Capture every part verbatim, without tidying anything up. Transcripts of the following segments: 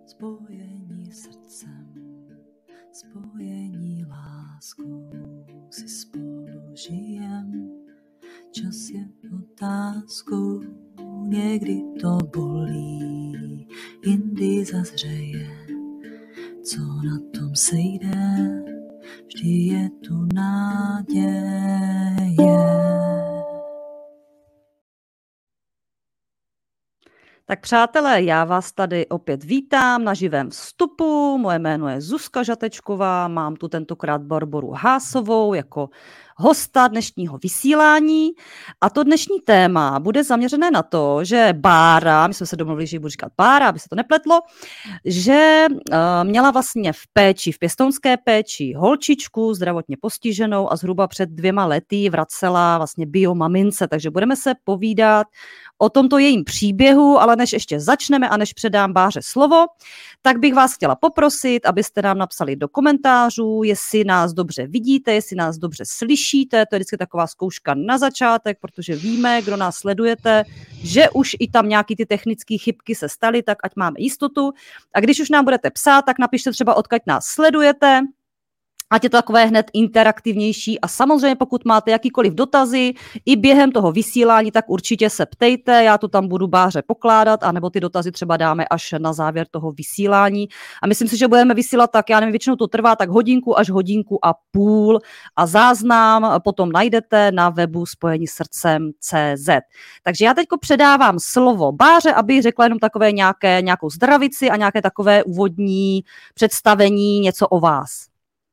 Spojení srdcem, spojení láskou, si spolu žijem. Čas je otázkou, někdy to bolí, jindy zazřeje, co na tom sejde, vždy je tu naděje. Tak přátelé, já vás tady opět vítám na živém vstupu. Moje jméno je Zuzka Žatečková, mám tu tentokrát Barboru Hásovou jako hosta dnešního vysílání. A to dnešní téma bude zaměřené na to, že Bára, my jsme se domluvili, že ji budu říkat Bára, aby se to nepletlo, že uh, měla vlastně v péči, v pěstounské péči holčičku zdravotně postiženou a zhruba před dvěma lety vracela vlastně biomamince, takže budeme se povídat o tomto jejím příběhu, ale než ještě začneme a než předám Báře slovo, tak bych vás chtěla poprosit, abyste nám napsali do komentářů, jestli nás dobře vidíte, jestli nás dobře slyšíte, to je vždycky taková zkouška na začátek, protože víme, kdo nás sledujete, že už i tam nějaký ty technické chybky se staly, tak ať máme jistotu. A když už nám budete psát, tak napište třeba, odkud nás sledujete, ať je to takové hned interaktivnější a samozřejmě pokud máte jakýkoliv dotazy i během toho vysílání, tak určitě se ptejte, já to tam budu Báře pokládat, anebo ty dotazy třeba dáme až na závěr toho vysílání a myslím si, že budeme vysílat tak, já nevím, většinou to trvá tak hodinku až hodinku a půl a záznam potom najdete na webu spojení srdcem tečka cé zet. Takže já teďko předávám slovo Báře, aby řekla jenom takové nějaké, nějakou zdravici a nějaké takové úvodní představení, něco o vás.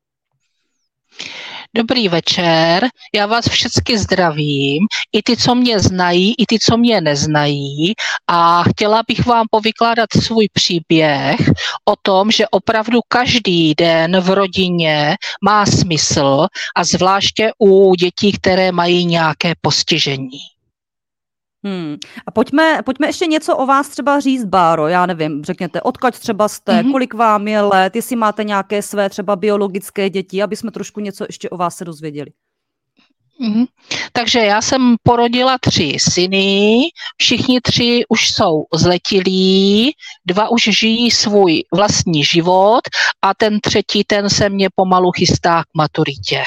Dobrý večer, já vás všechny zdravím, i ty, co mě znají, i ty, co mě neznají a chtěla bych vám povykládat svůj příběh o tom, že opravdu každý den v rodině má smysl a zvláště u dětí, které mají nějaké postižení. Hmm. A pojďme, pojďme ještě něco o vás třeba říct, Báro, já nevím, řekněte, odkud třeba jste, mm-hmm. kolik vám je let, jestli máte nějaké své třeba biologické děti, aby jsme trošku něco ještě o vás se dozvěděli. Mm-hmm. Takže já jsem porodila tři syny, všichni tři už jsou zletilí, dva už žijí svůj vlastní život a ten třetí, ten se mě pomalu chystá k maturitě.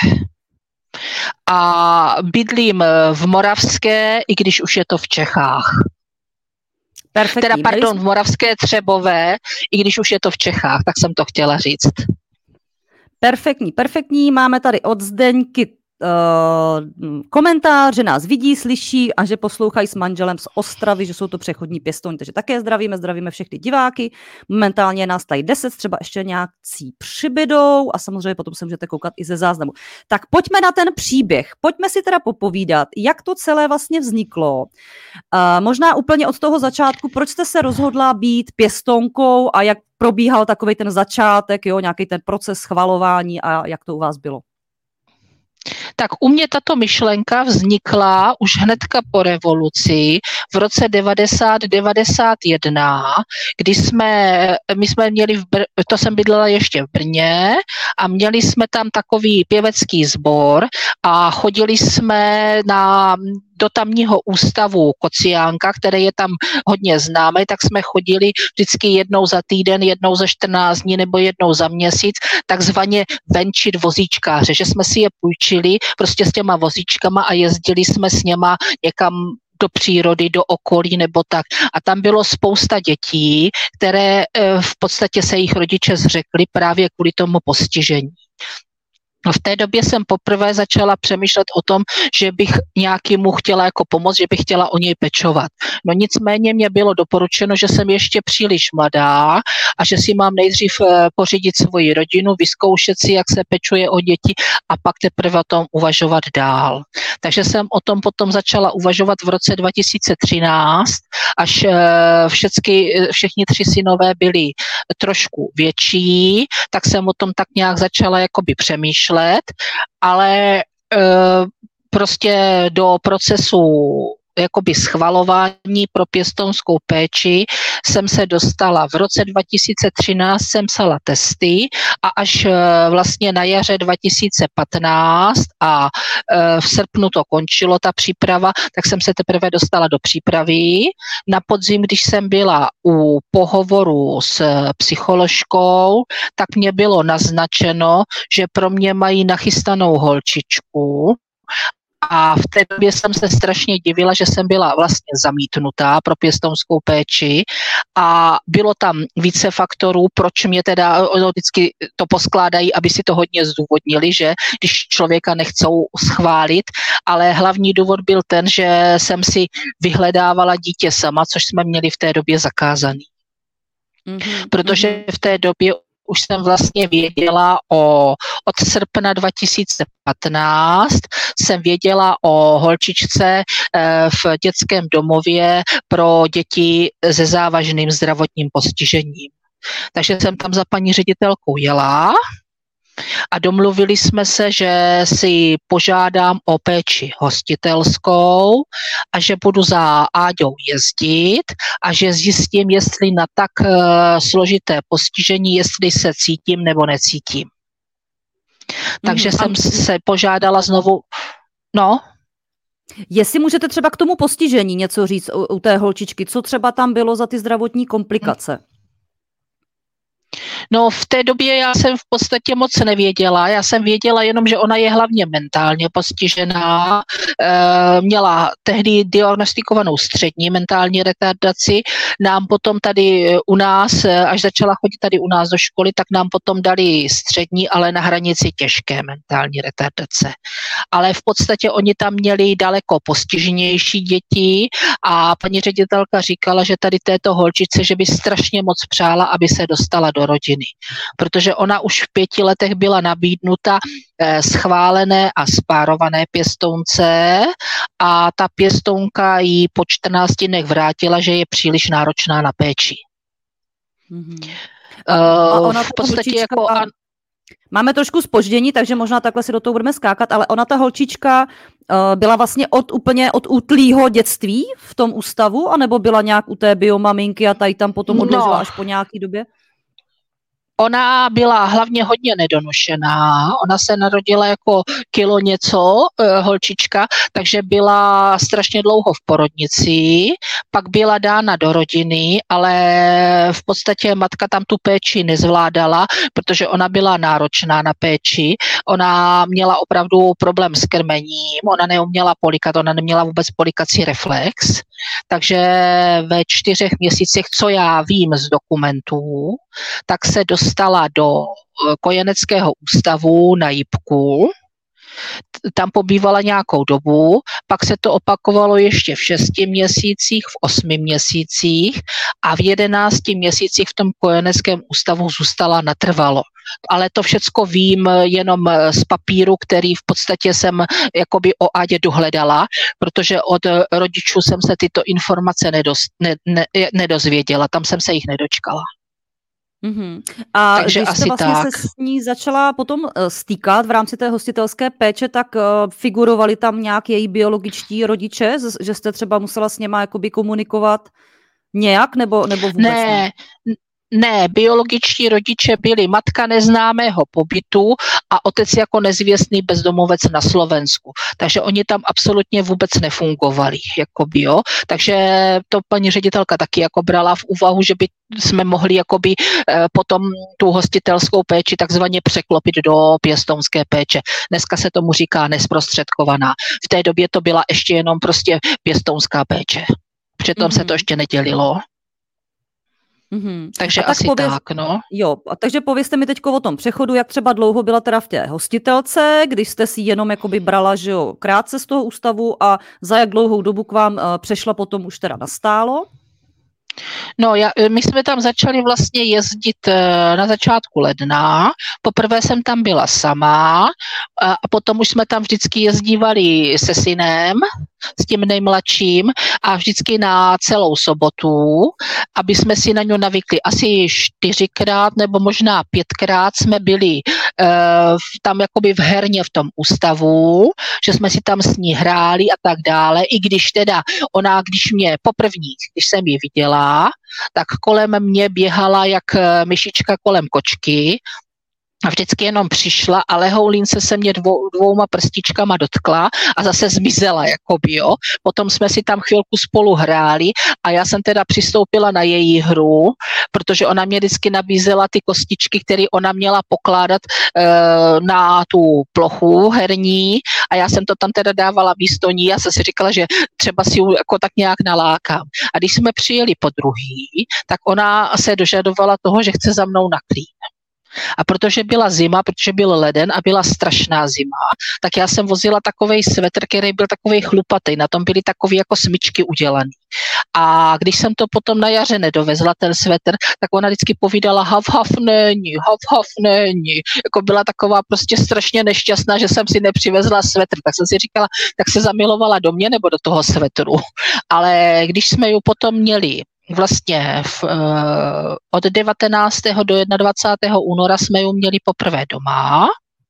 A bydlím v Moravské, i když už je to v Čechách. Perfektní. Teda, pardon, v Moravské Třebové, i když už je to v Čechách, tak jsem to chtěla říct. Perfektní, perfektní. Máme tady od Zdeňky Uh, komentář, že nás vidí, slyší a že poslouchají s manželem z Ostravy, že jsou to přechodní pěstouni, takže také zdravíme, zdravíme všechny diváky. Momentálně je nás tady deset, třeba ještě nějakcí přibydou a samozřejmě potom se můžete koukat i ze záznamu. Tak pojďme na ten příběh, pojďme si teda popovídat, jak to celé vlastně vzniklo. Uh, možná úplně od toho začátku, proč jste se rozhodla být pěstounkou a jak probíhal takový ten začátek, jo, nějaký ten proces schvalování a jak to u vás bylo? Tak u mě tato myšlenka vznikla už hnedka po revoluci v roce devadesát devadesát jedna, kdy jsme, my jsme měli, v Br- to jsem bydlela ještě v Brně a měli jsme tam takový pěvecký sbor a chodili jsme na do tamního ústavu Kociánka, který je tam hodně známý, tak jsme chodili vždycky jednou za týden, jednou za čtrnáct dní nebo jednou za měsíc, takzvaně venčit vozíčkáře, že jsme si je půjčili prostě s těma vozíčkama a jezdili jsme s něma někam do přírody, do okolí nebo tak. A tam bylo spousta dětí, které v podstatě se jejich rodiče zřekli právě kvůli tomu postižení. V té době jsem poprvé začala přemýšlet o tom, že bych nějakému chtěla jako pomoct, že bych chtěla o něj pečovat. No nicméně mě bylo doporučeno, že jsem ještě příliš mladá a že si mám nejdřív pořídit svoji rodinu, vyzkoušet si, jak se pečuje o děti a pak teprve o tom uvažovat dál. Takže jsem o tom potom začala uvažovat v roce dva tisíce třináct, až všechny, všichni tři synové byli trošku větší, tak jsem o tom tak nějak začala jakoby přemýšlet, ale e, prostě do procesu jakoby schvalování pro pěstounskou péči jsem se dostala. V roce dva tisíce třináct jsem psala testy a až vlastně na jaře dva tisíce patnáct a v srpnu to končilo, ta příprava, tak jsem se teprve dostala do přípravy. Na podzim, když jsem byla u pohovoru s psycholožkou, tak mě bylo naznačeno, že pro mě mají nachystanou holčičku. A v té době jsem se strašně divila, že jsem byla vlastně zamítnutá pro pěstounskou péči a bylo tam více faktorů, proč mě teda no, vždycky to poskládají, aby si to hodně zdůvodnili, že když člověka nechcou schválit, ale hlavní důvod byl ten, že jsem si vyhledávala dítě sama, což jsme měli v té době zakázaný. Mm-hmm. Protože v té době už jsem vlastně věděla o, od srpna dva tisíce patnáct jsem věděla o holčičce v dětském domově pro děti se závažným zdravotním postižením. Takže jsem tam za paní ředitelkou jela a domluvili jsme se, že si požádám o péči hostitelskou a že budu za Áďou jezdit a že zjistím, jestli na tak uh, složité postižení, jestli se cítím nebo necítím. Takže mm, jsem a... se požádala znovu, no. Jestli můžete třeba k tomu postižení něco říct u, u té holčičky, co třeba tam bylo za ty zdravotní komplikace? Mm. No v té době já jsem v podstatě moc nevěděla, já jsem věděla jenom, že ona je hlavně mentálně postižená, e, měla tehdy diagnostikovanou střední mentální retardaci, nám potom tady u nás, až začala chodit tady u nás do školy, tak nám potom dali střední, ale na hranici těžké mentální retardace. Ale v podstatě oni tam měli daleko postiženější děti a paní ředitelka říkala, že tady této holčice, že by strašně moc přála, aby se dostala do rodiny, protože ona už v pěti letech byla nabídnuta eh, schválené a spárované pěstounce a ta pěstounka jí po čtrnácti dnech vrátila, že je příliš náročná na péči. Mm-hmm. A, a ona v podstatě jako... A... Máme trošku zpoždění, takže možná takhle si do toho budeme skákat, ale ona ta holčička uh, byla vlastně od úplně od útlýho dětství v tom ústavu, anebo byla nějak u té biomaminky a tady tam potom odložila no. až po nějaký době? Ona byla hlavně hodně nedonošená, ona se narodila jako kilo něco, e, holčička, takže byla strašně dlouho v porodnici, pak byla dána do rodiny, ale v podstatě matka tam tu péči nezvládala, protože ona byla náročná na péči, ona měla opravdu problém s krmením, ona neuměla polikat, ona neměla vůbec polikací reflex, takže ve čtyřech měsících, co já vím z dokumentů, tak se dostala do kojeneckého ústavu na Jipku, tam pobývala nějakou dobu, pak se to opakovalo ještě v šesti měsících, v osmi měsících a v jedenácti měsících v tom kojeneckém ústavu zůstala natrvalo. Ale to všecko vím jenom z papíru, který v podstatě jsem jakoby o Ádě dohledala, protože od rodičů jsem se tyto informace nedos, ne, ne, nedozvěděla, tam jsem se jich nedočkala. Mm-hmm. A takže když jste vlastně tak. se s ní začala potom stýkat v rámci té hostitelské péče, tak uh, figurovali tam nějak její biologičtí rodiče, že jste třeba musela s něma jakoby komunikovat nějak, nebo, nebo vůbec ne? Ne, ne, biologičtí rodiče byli matka neznámého pobytu a otec jako nezvěstný bezdomovec na Slovensku. Takže oni tam absolutně vůbec nefungovali, jakoby, jo. Takže to paní ředitelka taky jako brala v úvahu, že by jsme mohli jakoby eh, potom tu hostitelskou péči takzvaně překlopit do pěstounské péče. Dneska se tomu říká nesprostředkovaná. V té době to byla ještě jenom prostě pěstounská péče. Přitom mm-hmm. se to ještě nedělilo. Mm-hmm. Takže tak asi pověz... tak, no. Jo, a takže povězte mi teďko o tom přechodu, jak třeba dlouho byla teda v té hostitelce, když jste si jenom jakoby brala, že jo, krátce z toho ústavu a za jak dlouhou dobu k vám uh, přešla potom už teda nastálo? No, já, my jsme tam začali vlastně jezdit na začátku ledna. Poprvé jsem tam byla sama a potom už jsme tam vždycky jezdívali se synem s tím nejmladším a vždycky na celou sobotu, aby jsme si na ňu navykli. Asi čtyřikrát nebo možná pětkrát jsme byli uh, tam jakoby v herně v tom ústavu, že jsme si tam s ní hráli a tak dále, i když teda ona, když mě poprvní, když jsem ji viděla, tak kolem mě běhala jak myšička kolem kočky a vždycky jenom přišla a lehoulince se mě dvou, dvouma prstičkama dotkla a zase zmizela, jakoby, jo. Potom jsme si tam chvilku spolu hráli a já jsem teda přistoupila na její hru, protože ona mě vždycky nabízela ty kostičky, které ona měla pokládat e, na tu plochu herní a já jsem to tam teda dávala místo ní a jsem si říkala, že třeba si ju jako tak nějak nalákám. A když jsme přijeli po druhý, tak ona se dožadovala toho, že chce za mnou na klín. A protože byla zima, protože byl leden a byla strašná zima, tak já jsem vozila takovej svetr, který byl takovej chlupatý, na tom byly takový jako smyčky udělaný. A když jsem to potom na jaře nedovezla, ten svetr, tak ona vždycky povídala hav, hav, není, hav, hav, není. Jako byla taková prostě strašně nešťastná, že jsem si nepřivezla svetr. Tak jsem si říkala, tak se zamilovala do mě nebo do toho svetru. Ale když jsme ju potom měli vlastně v, uh, od devatenáctého do dvacátého prvního února jsme ju měli poprvé doma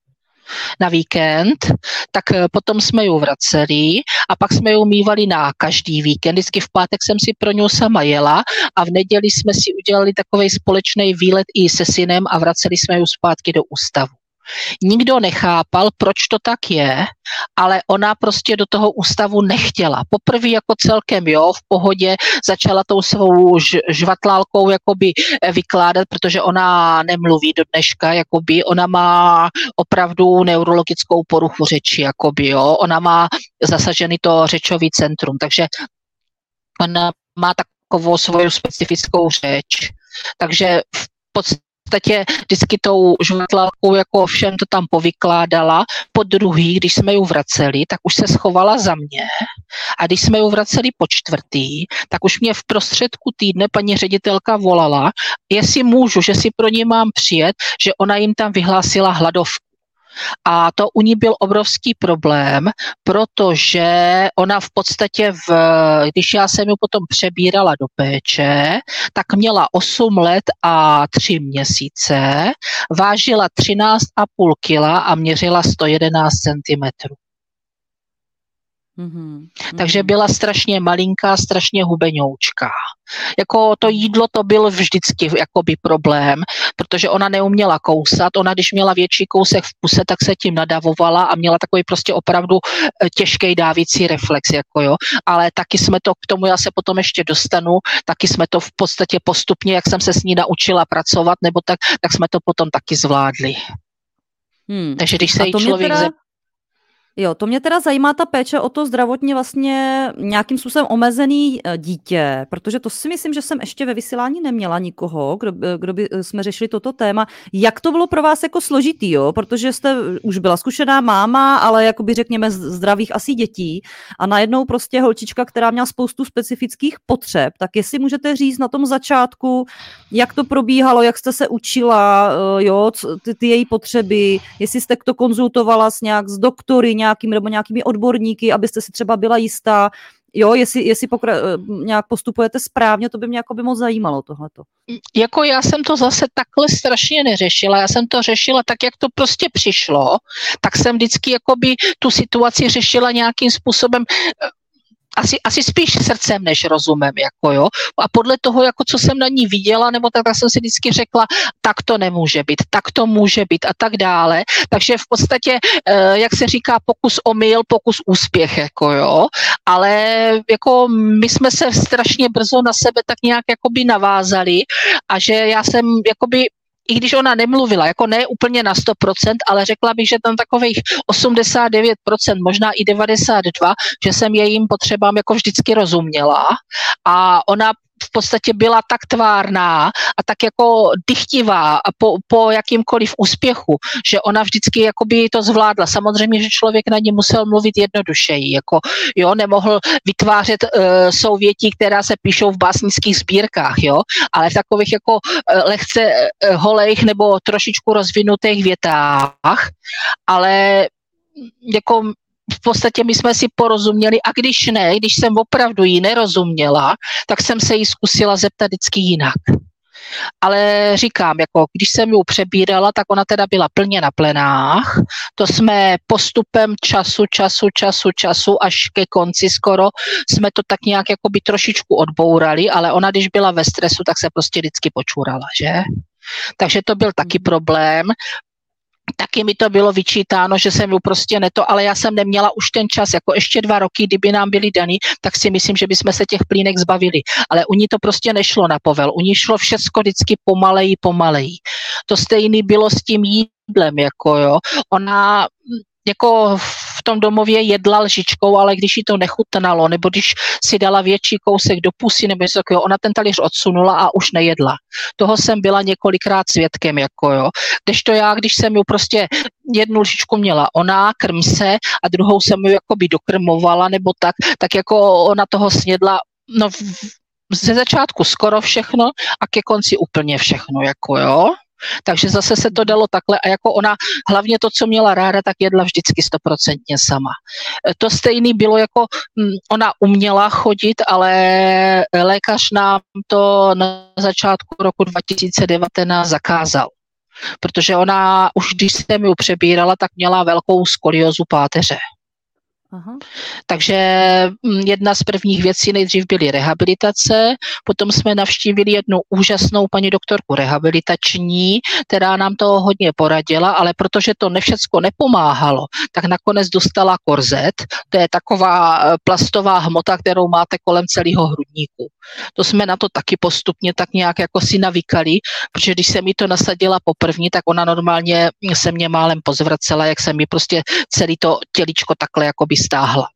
na víkend, tak potom jsme ju vraceli a pak jsme ju mívali na každý víkend. Vždycky v pátek jsem si pro ňu sama jela a v neděli jsme si udělali takovej společný výlet i se synem a vraceli jsme ju zpátky do ústavu. Nikdo nechápal, proč to tak je, ale ona prostě do toho ústavu nechtěla. Poprvé jako celkem jo, v pohodě začala tou svou žvatlálkou jakoby vykládat, protože ona nemluví do dneška, jakoby ona má opravdu neurologickou poruchu řeči, jakoby jo, ona má zasažený to řečový centrum, takže ona má takovou svou specifickou řeč, takže v podstatě V podstatě vždycky tou žvatlálkou jako všem to tam povykládala. Po druhý, když jsme ju vraceli, tak už se schovala za mě. A když jsme ju vraceli po čtvrtý, tak už mě v prostředku týdne paní ředitelka volala, jestli můžu, že si pro ní mám přijet, že ona jim tam vyhlásila hladovku. A to u ní byl obrovský problém, protože ona v podstatě, v, když já jsem ju potom přebírala do péče, tak měla osm let a tři měsíce, vážila třináct a půl kila a měřila sto jedenáct centimetrů. Mm-hmm. Takže byla strašně malinká, strašně hubeňoučká. Jako to jídlo to byl vždycky jakoby problém, protože ona neuměla kousat, ona když měla větší kousek v puse, tak se tím nadavovala a měla takový prostě opravdu těžký dávící reflex, jako jo. Ale taky jsme to, k tomu já se potom ještě dostanu, taky jsme to v podstatě postupně, jak jsem se s ní naučila pracovat, nebo tak, tak jsme to potom taky zvládli. Hmm. Takže když se jí člověk... Teda... Jo, to mě teda zajímá ta péče o to zdravotně vlastně nějakým způsobem omezený dítě, protože to si myslím, že jsem ještě ve vysílání neměla nikoho, kdo, kdo by jsme řešili toto téma. Jak to bylo pro vás jako složitý, jo? Protože jste už byla zkušená máma, ale jakoby řekněme zdravých asi dětí a najednou prostě holčička, která měla spoustu specifických potřeb, tak jestli můžete říct na tom začátku, jak to probíhalo, jak jste se učila, jo, ty, ty její potřeby, jestli jste to konzultovala s nějak s doktory, nějakými nebo nějakými odborníky, abyste si třeba byla jistá, jo, jestli, jestli pokra- nějak postupujete správně, to by mě jako by moc zajímalo tohleto. Jako já jsem to zase takhle strašně neřešila, já jsem to řešila tak, jak to prostě přišlo, tak jsem vždycky jakoby tu situaci řešila nějakým způsobem, Asi, asi spíš srdcem než rozumem, jako jo. A podle toho, jako co jsem na ní viděla, nebo tak, tak jsem si vždycky řekla, tak to nemůže být, tak to může být a tak dále. Takže v podstatě, jak se říká, pokus omyl, pokus úspěch, jako jo. Ale jako my jsme se strašně brzo na sebe tak nějak jakoby navázali a že já jsem jakoby i když ona nemluvila, jako ne úplně na sto procent, ale řekla bych, že tam takových osmdesát devět procent, možná i devadesát dva procent, že jsem jejím potřebám jako vždycky rozuměla a ona v podstatě byla tak tvárná a tak jako dychtivá a po, po jakýmkoliv úspěchu, že ona vždycky jakoby to zvládla. Samozřejmě, že člověk na ní musel mluvit jednodušeji, jako jo, nemohl vytvářet uh, souvětí, která se píšou v básnických sbírkách, jo, ale v takových jako uh, lehce uh, holejch nebo trošičku rozvinutých větách, ale jako v podstatě my jsme si porozuměli a když ne, když jsem opravdu jí nerozuměla, tak jsem se jí zkusila zeptat vždycky jinak. Ale říkám, jako když jsem ji přebírala, tak ona teda byla plně na plenách. To jsme postupem času, času, času, času, až ke konci skoro jsme to tak nějak jakoby trošičku odbourali, ale ona, když byla ve stresu, tak se prostě vždycky počůrala, že? Takže to byl taky problém. Taky mi to bylo vyčítáno, že jsem ju prostě neto, ale já jsem neměla už ten čas, jako ještě dva roky, kdyby nám byly daný, tak si myslím, že bychom se těch plínek zbavili. Ale u ní to prostě nešlo na povel, u ní šlo všecko vždycky pomaleji, pomaleji. To stejný bylo s tím jídlem, jako jo. Ona jako v tom domově jedla lžičkou, ale když jí to nechutnalo, nebo když si dala větší kousek do pusy, nebo něco takového, ona ten talíř odsunula a už nejedla. Toho jsem byla několikrát svědkem, jako jo. Kdežto já, když jsem ju prostě jednu lžičku měla ona, krm se, a druhou jsem ju jakoby dokrmovala, nebo tak, tak jako ona toho snědla, no ze začátku skoro všechno a ke konci úplně všechno, jako jo. Takže zase se to dalo takhle a jako ona hlavně to, co měla ráda, tak jedla vždycky stoprocentně sama. To stejný bylo jako, ona uměla chodit, ale lékař nám to na začátku roku dva tisíce devatenáct zakázal. Protože ona už když jsem ji přebírala, tak měla velkou skoliozu páteře. Aha. Takže jedna z prvních věcí nejdřív byly rehabilitace, potom jsme navštívili jednu úžasnou paní doktorku rehabilitační, která nám to hodně poradila, ale protože to ne všecko nepomáhalo, tak nakonec dostala korzet, to je taková plastová hmota, kterou máte kolem celého hrudníku. To jsme na to taky postupně tak nějak jako si navykali, protože když jsem mi to nasadila poprvní, tak ona normálně se mě málem pozvracela, jak jsem mi prostě celý to tělíčko takhle jakoby stáhla.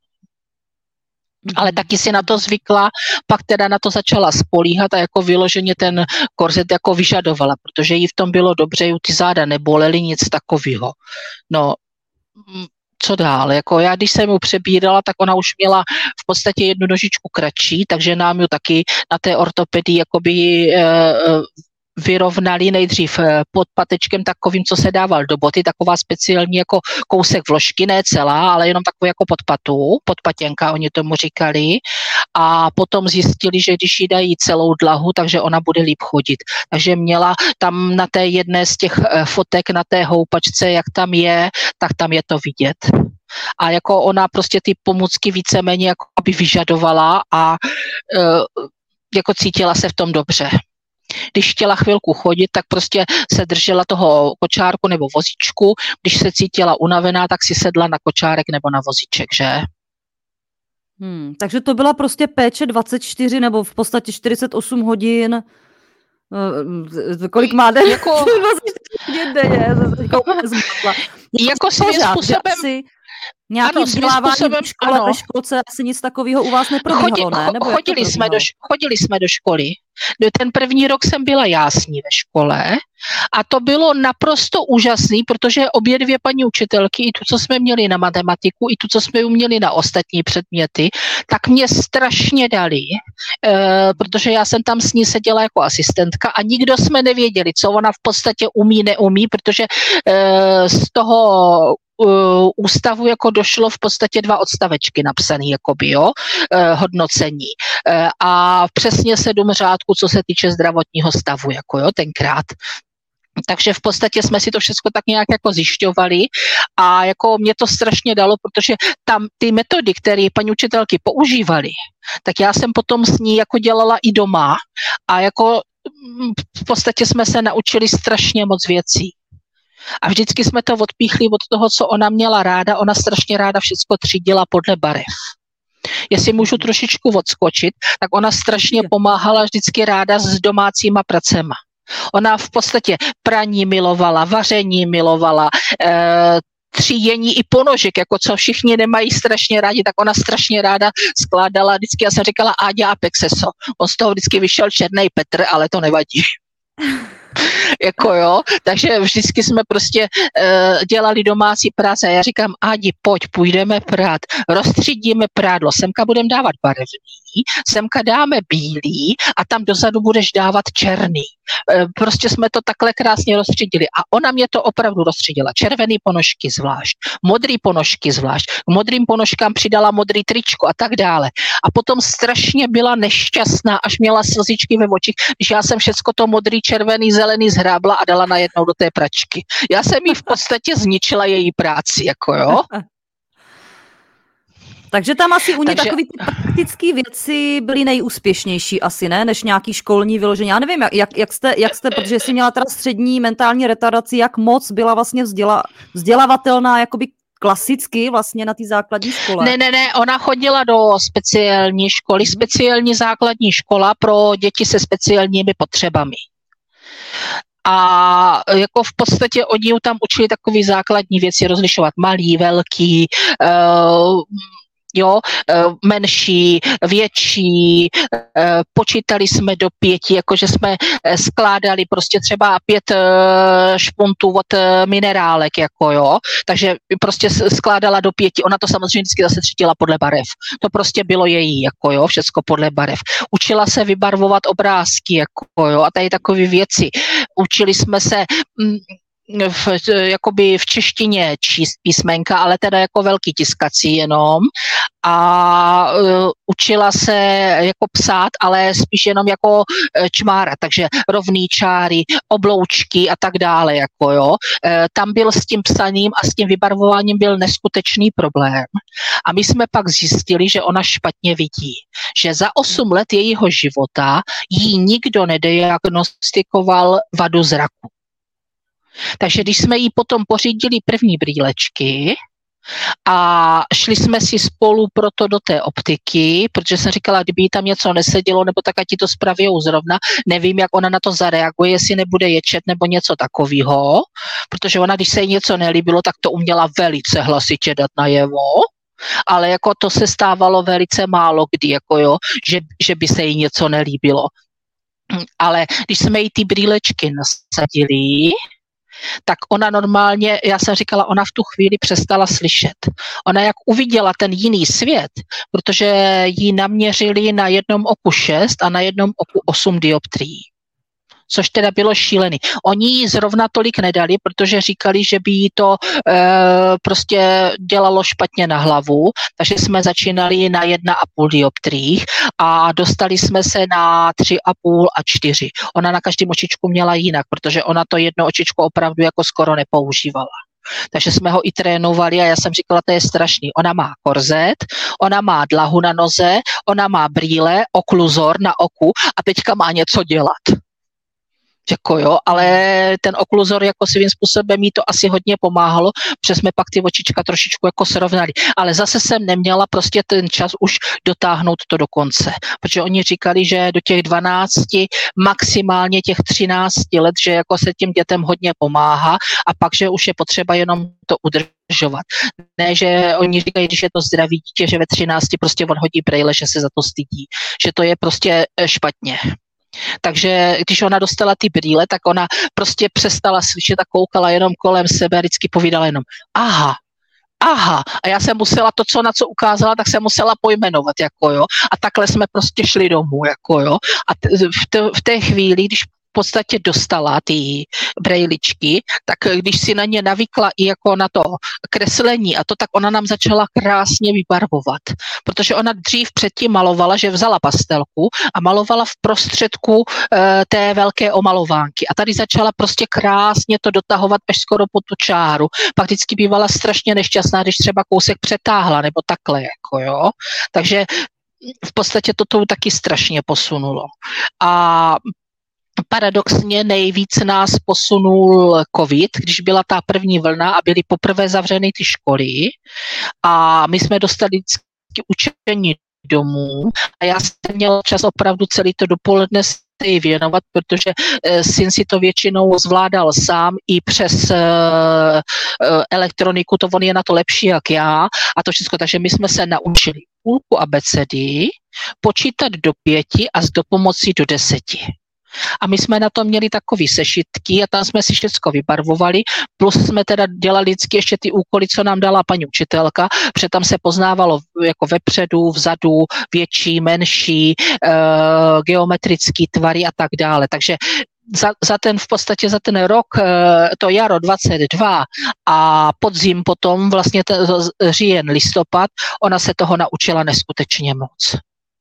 Ale taky si na to zvykla, pak teda na to začala spolíhat a jako vyloženě ten korzet jako vyžadovala, protože jí v tom bylo dobře, ju ty záda nebolely, nic takového. No, co dál? Jako já, když jsem ju přebírala, tak ona už měla v podstatě jednu nožičku kratší, takže nám ju taky na té ortopedii jakoby e, vyrovnali nejdřív pod patečkem takovým, co se dával do boty, taková speciální jako kousek vložky, ne celá, ale jenom takový jako pod patu, podpatěnka, oni tomu říkali. A potom zjistili, že když jí dají celou dlahu, takže ona bude líp chodit. Takže měla tam na té jedné z těch fotek, na té houpačce, jak tam je, tak tam je to vidět. A jako ona prostě ty pomůcky víceméně jako by vyžadovala a e, jako cítila se v tom dobře. Když chtěla chvilku chodit, tak prostě se držela toho kočárku nebo vozíčku. Když se cítila unavená, tak si sedla na kočárek nebo na vozíček, že? Hmm, takže to byla prostě péče dvacet čtyři nebo v podstatě čtyřicet osm hodin. Kolik má den? Jako, dvacet čtyři hodin denně. Jako svým způsobem... Nějaký vzdělávání v škole, ve školce asi nic takového u vás neprobíhalo, Chodi, ne? Nebo chodili, jsme do, chodili jsme do školy. Ten první rok jsem byla já s ní ve škole a to bylo naprosto úžasný, protože obě dvě paní učitelky, i tu, co jsme měli na matematiku, i tu, co jsme měli na ostatní předměty, tak mě strašně dali, e, protože já jsem tam s ní seděla jako asistentka a nikdo jsme nevěděli, co ona v podstatě umí, neumí, protože e, z toho ústavu jako došlo v podstatě dva odstavečky napsaný, jakoby, jo, eh, hodnocení. Eh, a přesně sedm řádků, co se týče zdravotního stavu, jako jo, tenkrát. Takže v podstatě jsme si to všechno tak nějak jako zjišťovali a jako mě to strašně dalo, protože tam ty metody, které paní učitelky používaly, tak já jsem potom s ní jako dělala i doma a jako v podstatě jsme se naučili strašně moc věcí. A vždycky jsme to odpíchli od toho, co ona měla ráda. Ona strašně ráda všechno třídila podle barev. Jestli můžu trošičku odskočit, tak ona strašně pomáhala vždycky ráda s domácíma pracema. Ona v podstatě praní milovala, vaření milovala, e, třídění i ponožek, jako co všichni nemají strašně rádi, tak ona strašně ráda skládala. Vždycky já jsem říkala Áďa a Pexeso. On z toho vždycky vyšel černý Petr, ale to nevadí. jako jo, takže vždycky jsme prostě uh, dělali domácí práce a já říkám, Ádi, pojď, půjdeme prát, rozstřídíme prádlo, semka budeme dávat barevný, semka dáme bílý a tam dozadu budeš dávat černý. Uh, prostě jsme to takhle krásně rozstřídili a ona mě to opravdu rozstřídila. Červený ponožky zvlášť, modrý ponožky zvlášť, k modrým ponožkám přidala modrý tričko a tak dále. A potom strašně byla nešťastná, až měla slzičky ve očích, když já jsem všecko to modrý, červený, zelený zhrábla a dala najednou do té pračky. Já jsem jí v podstatě zničila její práci, jako jo. Takže tam asi u ní Takže... takové ty praktické věci byly nejúspěšnější asi, ne? Než nějaký školní vyložení. Já nevím, jak, jak, jste, jak jste, protože jsi měla teda střední mentální retardaci, jak moc byla vlastně vzděla, vzdělavatelná jakoby klasicky vlastně na té základní škole. Ne, ne, ne, ona chodila do speciální školy, speciální základní škola pro děti se speciálními potřebami. A jako v podstatě oni tam učili takové základní věci, rozlišovat malý, velký, uh, jo, menší, větší, počítali jsme do pěti, jakože jsme skládali prostě třeba pět špuntů od minerálek, jako jo, takže prostě skládala do pěti, ona to samozřejmě vždycky zase třídila podle barev, to prostě bylo její, jako jo, všecko podle barev. Učila se vybarvovat obrázky, jako jo, a tady takové věci. Učili jsme se mm, V, jakoby v češtině číst písmenka, ale teda jako velký tiskací jenom a uh, učila se jako psát, ale spíš jenom jako uh, čmára, takže rovný čáry, obloučky a tak dále, jako jo. Uh, tam byl s tím psaním a s tím vybarvováním byl neskutečný problém. A my jsme pak zjistili, že ona špatně vidí, že za osm let jejího života jí nikdo nediagnostikoval vadu zraku. Takže když jsme jí potom pořídili první brýlečky a šli jsme si spolu proto do té optiky, protože jsem říkala, kdyby jí tam něco nesedělo, nebo tak ať ti to spravějou zrovna, nevím, jak ona na to zareaguje, jestli nebude ječet nebo něco takového, protože ona, když se jí něco nelíbilo, tak to uměla velice hlasitě dát najevo, ale jako to se stávalo velice málo kdy, jako jo, že, že by se jí něco nelíbilo. Ale když jsme jí ty brýlečky nasadili, tak ona normálně, já jsem říkala, ona v tu chvíli přestala slyšet. Ona jak uviděla ten jiný svět, protože jí naměřili na jednom oku šest a na jednom oku osm dioptrií. Což teda bylo šílený. Oni jí zrovna tolik nedali, protože říkali, že by jí to e, prostě dělalo špatně na hlavu, takže jsme začínali na jedna a půl dioptriích a dostali jsme se na tři a půl a čtyři. Ona na každém očičku měla jinak, protože ona to jedno očičko opravdu jako skoro nepoužívala. Takže jsme ho i trénovali a já jsem říkala, to je strašný. Ona má korzet, ona má dlahu na noze, ona má brýle, okluzor na oku a teďka má něco dělat. Jako jo, ale ten okluzor jako svým způsobem jí to asi hodně pomáhalo, protože jsme pak ty očička trošičku jako srovnali. Ale zase jsem neměla prostě ten čas už dotáhnout to do konce, protože oni říkali, že do těch dvanácti, maximálně těch třinácti let, že jako se těm dětem hodně pomáhá a pak, že už je potřeba jenom to udržovat. Ne, že oni říkají, když je to zdravý dítě, že ve třinácti prostě on hodí brejle, že se za to stydí, že to je prostě špatně. Takže když ona dostala ty brýle, tak ona prostě přestala slyšet a koukala jenom kolem sebe a vždycky povídala jenom aha, aha. A já jsem musela to, co na co ukázala, tak jsem musela pojmenovat, jako jo. A takhle jsme prostě šli domů, jako jo. A t- v, t- v té chvíli, když v podstatě dostala ty brejličky, tak když si na ně navykla i jako na to kreslení a to, tak ona nám začala krásně vybarvovat. Protože ona dřív předtím malovala, že vzala pastelku a malovala v prostředku e, té velké omalovánky. A tady začala prostě krásně to dotahovat až skoro po tu čáru. Pak vždycky bývala strašně nešťastná, když třeba kousek přetáhla nebo takhle, jako jo. Takže v podstatě to taky strašně posunulo. A paradoxně nejvíc nás posunul covid, když byla ta první vlna a byly poprvé zavřeny ty školy a my jsme dostali vždycky učení domů a já jsem měla čas opravdu celý to dopoledne se jí věnovat, protože e, syn si to většinou zvládal sám i přes e, e, elektroniku, to on je na to lepší jak já a to všechno, takže my jsme se naučili půlku abecedy, počítat do pěti a s dopomocí do deseti. A my jsme na to měli takový sešitky a tam jsme si všechno vybarvovali, plus jsme teda dělali vždycky ještě ty úkoly, co nám dala paní učitelka, protože tam se poznávalo jako vepředu, vzadu, větší, menší, e, geometrický tvary a tak dále. Takže za, za ten v podstatě za ten rok, to jaro dvacet dva a podzim potom vlastně ten říjen, listopad, ona se toho naučila neskutečně moc.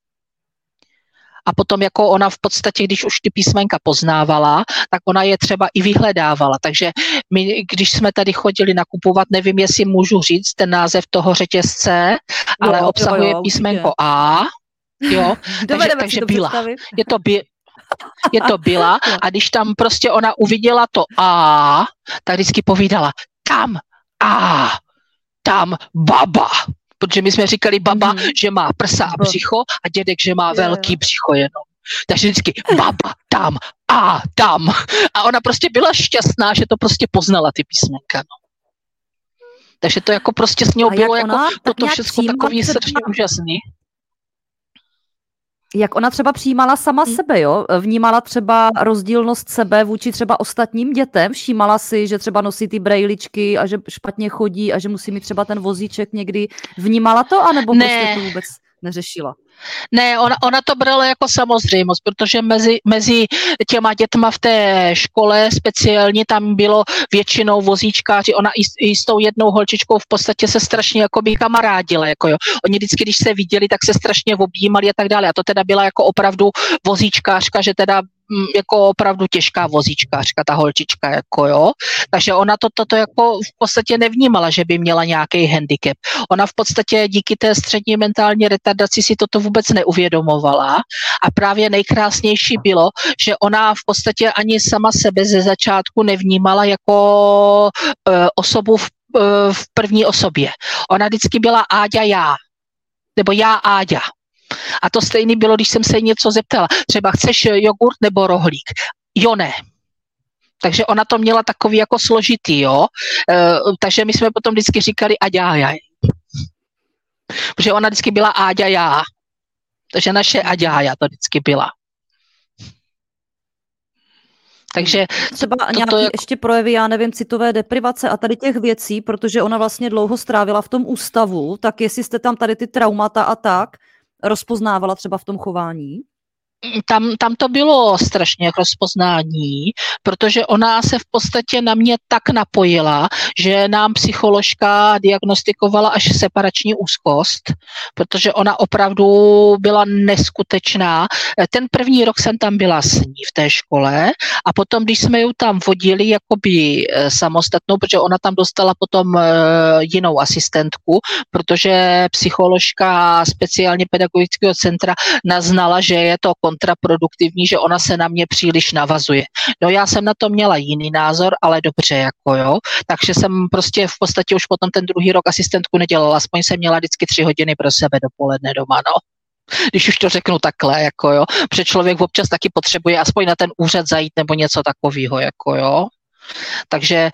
A potom jako ona v podstatě, když už ty písmenka poznávala, tak ona je třeba i vyhledávala. Takže my, když jsme tady chodili nakupovat, nevím, jestli můžu říct ten název toho řetězce, ale jo, obsahuje jo, jo, písmenko A. Jo, takže, takže byla. Je to, by, je to byla a když tam prostě ona uviděla to A, tak vždycky povídala, tam A, tam baba. Protože my jsme říkali baba, mm. že má prsa a břicho a dědek, že má yeah. velký břicho jenom. Takže vždycky baba, tam, a tam. A ona prostě byla šťastná, že to prostě poznala ty písmenka. No. Takže to jako prostě s ní bylo jako toto všechno takový strašně úžasný. Jak ona třeba přijímala sama hmm. sebe, jo? Vnímala třeba rozdílnost sebe vůči třeba ostatním dětem? Všímala si, že třeba nosí ty brejličky a že špatně chodí a že musí mít třeba ten vozíček někdy? Vnímala to, anebo ne. prostě to vůbec neřešila? Ne, ona, ona to brala jako samozřejmost, protože mezi, mezi těma dětma v té škole speciálně tam bylo většinou vozíčkáři, ona i, i s tou jednou holčičkou v podstatě se strašně jakoby kamarádila, jako jo. Oni vždycky, když se viděli, tak se strašně objímali a tak dále a to teda byla jako opravdu vozíčkářka, že teda jako opravdu těžká vozíčkářka, ta holčička, jako jo. Takže ona to, toto jako v podstatě nevnímala, že by měla nějaký handicap. Ona v podstatě díky té střední mentální retardaci si toto vůbec neuvědomovala a právě nejkrásnější bylo, že ona v podstatě ani sama sebe ze začátku nevnímala jako e, osobu v, e, v první osobě. Ona vždycky byla Áďa já, nebo já Áďa. A to stejný bylo, když jsem se něco zeptala. Třeba chceš jogurt nebo rohlík? Jo, ne. Takže ona to měla takový jako složitý, jo. E, takže my jsme potom vždycky říkali Áďa já. Protože ona vždycky byla Áďa já. Takže naše Áďa já to vždycky byla. Takže třeba nějaký jako... ještě projevy, já nevím, citové deprivace a tady těch věcí, protože ona vlastně dlouho strávila v tom ústavu, tak jestli jste tam tady ty traumata a tak rozpoznávala třeba v tom chování? Tam, tam to bylo strašně rozpoznání, protože ona se v podstatě na mě tak napojila, že nám psycholožka diagnostikovala až separační úzkost, protože ona opravdu byla neskutečná. Ten první rok jsem tam byla s ní v té škole a potom, když jsme ju tam vodili jakoby samostatnou, protože ona tam dostala potom jinou asistentku, protože psycholožka speciálně pedagogického centra naznala, že je to kontraproduktivní, že ona se na mě příliš navazuje. No já jsem na to měla jiný názor, ale dobře, jako jo. Takže jsem prostě v podstatě už potom ten druhý rok asistentku nedělala, aspoň jsem měla vždycky tři hodiny pro sebe dopoledne doma, no. Když už to řeknu takhle, jako jo. Protože člověk občas taky potřebuje aspoň na ten úřad zajít nebo něco takového, jako jo. Takže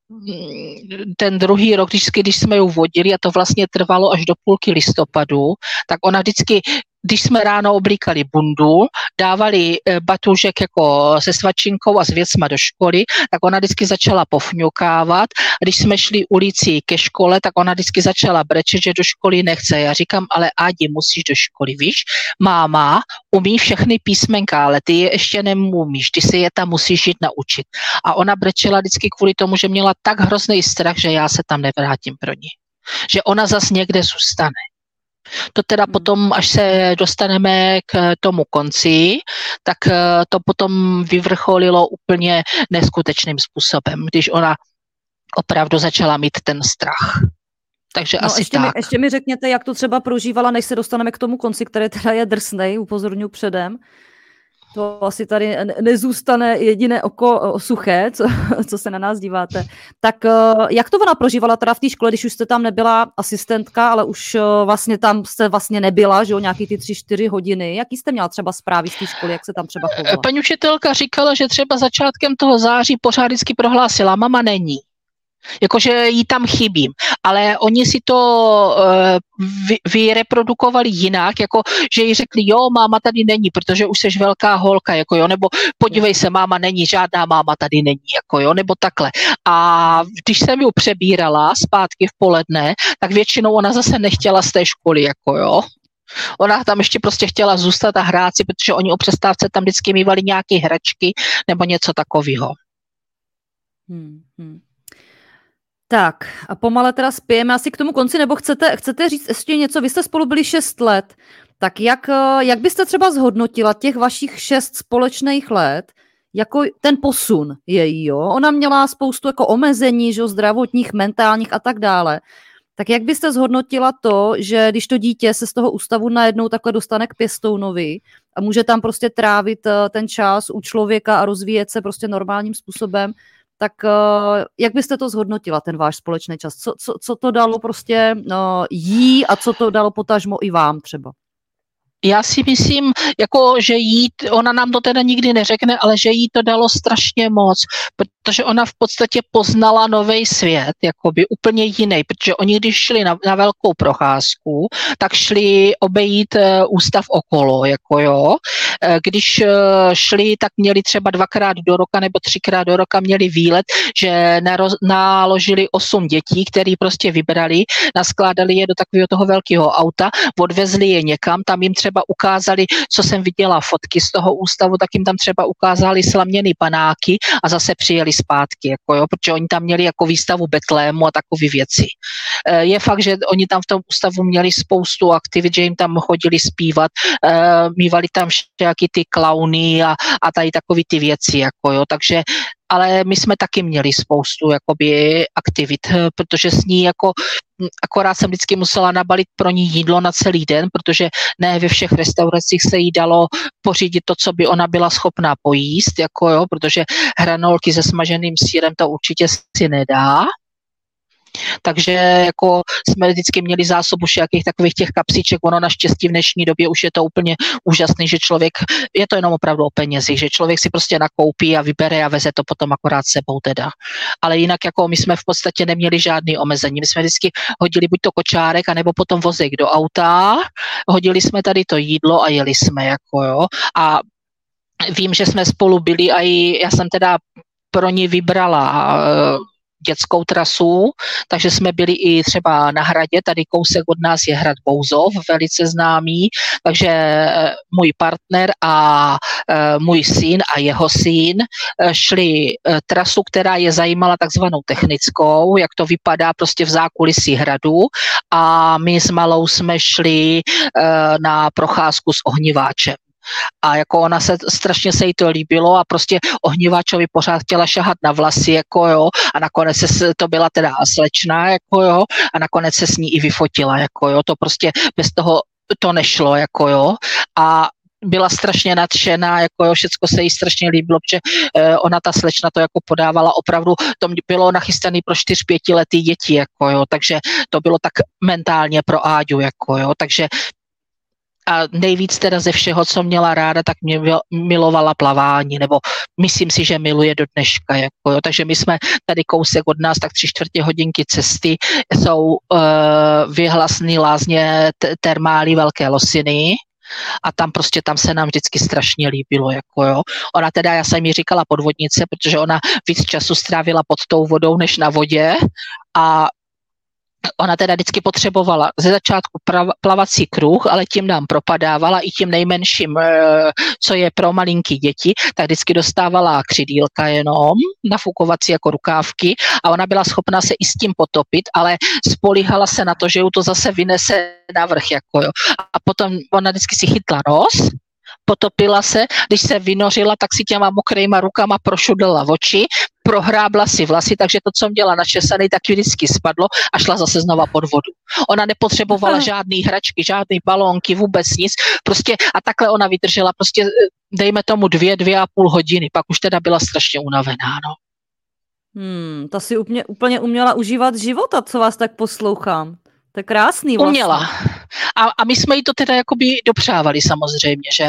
ten druhý rok, když, když jsme ju vodili, a to vlastně trvalo až do půlky listopadu, tak ona vždycky, když jsme ráno oblíkali bundu, dávali batůžek jako se svačinkou a s věcma do školy, tak ona vždycky začala pofňukávat. A když jsme šli ulicí ke škole, tak ona vždycky začala brečet, že do školy nechce. Já říkám, ale Ádi, musíš do školy, víš? Máma umí všechny písmenka, ale ty je ještě neumíš, ty si je tam musíš jít naučit. A ona brečela vždycky kvůli tomu, že měla tak hrozný strach, že já se tam nevrátím pro ní. Že ona zas někde zůstane. To teda potom, až se dostaneme k tomu konci, tak to potom vyvrcholilo úplně neskutečným způsobem, když ona opravdu začala mít ten strach. Takže no, asi ještě tak. Mi, ještě mi řekněte, jak to třeba prožívala, než se dostaneme k tomu konci, který teda je drsnej, upozorňuji předem. To asi tady nezůstane jediné oko suché, co, co se na nás díváte. Tak jak to ona prožívala teda v té škole, když už jste tam nebyla asistentka, ale už vlastně tam jste vlastně nebyla, že jo, nějaký ty tři, čtyři hodiny. Jaký jste měla třeba zprávy z té školy, jak se tam třeba chovala? Paní učitelka říkala, že třeba začátkem toho září pořád vždycky prohlásila, mama není. Jakože jí tam chybím, ale oni si to uh, vy, vyreprodukovali jinak, jako že jí řekli, jo, máma tady není, protože už seš velká holka, jako jo, nebo podívej se, máma není, žádná máma tady není, jako jo, nebo takhle. A když jsem ji přebírala zpátky v poledne, tak většinou ona zase nechtěla z té školy, jako jo. Ona tam ještě prostě chtěla zůstat a hrát si, protože oni o přestávce tam vždycky mývali nějaké hračky nebo něco takového. Hmm, hmm. Tak a pomale teda spějeme asi k tomu konci, nebo chcete, chcete říct ještě něco? Vy jste spolu byli šest let, tak jak, jak byste třeba zhodnotila těch vašich šest společných let, jako ten posun její, jo? Ona měla spoustu jako omezení, že, zdravotních, mentálních a tak dále. Tak jak byste zhodnotila to, že když to dítě se z toho ústavu najednou takhle dostane k pěstounovi a může tam prostě trávit ten čas u člověka a rozvíjet se prostě normálním způsobem, tak jak byste to zhodnotila, ten váš společný čas? Co, co, co to dalo prostě no, jí a co to dalo potažmo i vám třeba? Já si myslím, jako, že jí, ona nám to teda nikdy neřekne, ale že jí to dalo strašně moc, protože ona v podstatě poznala nový svět, jakoby úplně jiný, protože oni, když šli na, na velkou procházku, tak šli obejít uh, ústav okolo, jako jo. Uh, když uh, šli, tak měli třeba dvakrát do roka nebo třikrát do roka měli výlet, že naroz, naložili osm dětí, který prostě vybrali, naskládali je do takového toho velkého auta, odvezli je někam, tam jim třeba ukázali, co jsem viděla fotky z toho ústavu, tak jim tam třeba ukázali slaměný panáky a zase přijeli zpátky, jako jo, protože oni tam měli jako výstavu Betlému a takové věci. Je fakt, že oni tam v tom ústavu měli spoustu aktivit, že jim tam chodili zpívat, mívali tam nějaký ty klauny a, a tady takový ty věci, jako jo, takže ale my jsme taky měli spoustu jakoby aktivit, protože s ní jako akorát jsem vždycky musela nabalit pro ní jídlo na celý den, protože ne ve všech restauracích se jí dalo pořídit to, co by ona byla schopná pojíst, jako jo, protože hranolky se smaženým sýrem to určitě si nedá. Takže jako jsme vždycky měli zásobu všakých takových těch kapsiček, ono naštěstí v dnešní době už je to úplně úžasný, že člověk, je to jenom opravdu o penězích, že člověk si prostě nakoupí a vybere a veze to potom akorát sebou teda. Ale jinak jako my jsme v podstatě neměli žádný omezení, my jsme vždycky hodili buď to kočárek, anebo potom vozík do auta, hodili jsme tady to jídlo a jeli jsme, jako jo. A vím, že jsme spolu byli a i já jsem teda pro ní vybrala dětskou trasu, takže jsme byli i třeba na hradě, tady kousek od nás je hrad Bouzov, velice známý, takže můj partner a můj syn a jeho syn šli trasu, která je zajímala takzvanou technickou, jak to vypadá prostě v zákulisí hradu a my s malou jsme šli na procházku s ohniváčem. A jako ona se, strašně se jí to líbilo a prostě ohniváčovi pořád chtěla šahat na vlasy, jako jo, a nakonec se, to byla teda slečna, jako jo, a nakonec se s ní i vyfotila, jako jo, to prostě bez toho to nešlo, jako jo, a byla strašně nadšená, jako jo, všecko se jí strašně líbilo, protože eh, ona ta slečna to jako podávala opravdu, to bylo nachystané pro čtyř, pětiletý děti, jako jo, takže to bylo tak mentálně pro Áďu, jako jo, takže a nejvíc teda ze všeho, co měla ráda, tak mě milovala plavání, nebo myslím si, že miluje do dneška. Jako jo. Takže my jsme tady kousek od nás, tak tři čtvrtě hodinky cesty, jsou uh, vyhlasný lázně t- termály Velké Losiny a tam prostě, tam se nám vždycky strašně líbilo. Jako jo. Ona teda, já jsem jí říkala podvodnice, protože ona víc času strávila pod tou vodou, než na vodě a ona teda vždycky potřebovala ze začátku plavací kruh, ale tím nám propadávala i tím nejmenším, co je pro malinký děti, tak vždycky dostávala křidílka jenom, nafukovací jako rukávky a ona byla schopná se i s tím potopit, ale spolíhala se na to, že ju to zase vynese navrch. Jako jo. A potom ona vždycky si chytla nos, potopila se, když se vynořila, tak si těma mokrýma rukama prošudla oči, prohrábla si vlasy, takže to, co měla načesaný, tak vždycky spadlo a šla zase znova pod vodu. Ona nepotřebovala žádný hračky, žádný balónky, vůbec nic, prostě a takhle ona vydržela prostě dejme tomu dvě, dvě a půl hodiny, pak už teda byla strašně unavená, no. Hmm, ta si úplně, úplně uměla užívat života, co vás tak poslouchám. To je krásný vlastně. Uměla. A, a my jsme jí to teda jakoby dopřávali samozřejmě, že?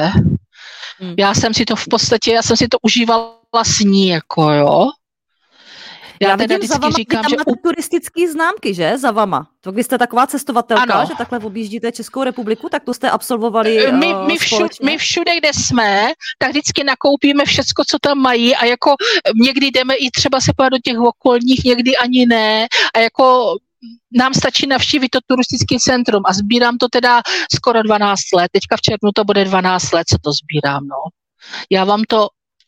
Hmm. Já jsem si to v podstatě, já jsem si to užívala s ní, jako jo. Já, Já teda vidím za vždycky vama, říkám, tam že máte u... turistické známky, že? Za vama. To vy jste taková cestovatelka, Ano. že takhle objíždíte Českou republiku, tak to jste absolvovali my, uh, my, všude, společně? my všude, kde jsme, tak vždycky nakoupíme všecko, co tam mají a jako někdy jdeme i třeba se podívat do těch okolních, někdy ani ne a jako nám stačí navštívit to turistické centrum a sbírám to teda skoro dvanáct let. Teďka v červnu to bude dvanáct let, co to sbírám, no. Já vám to...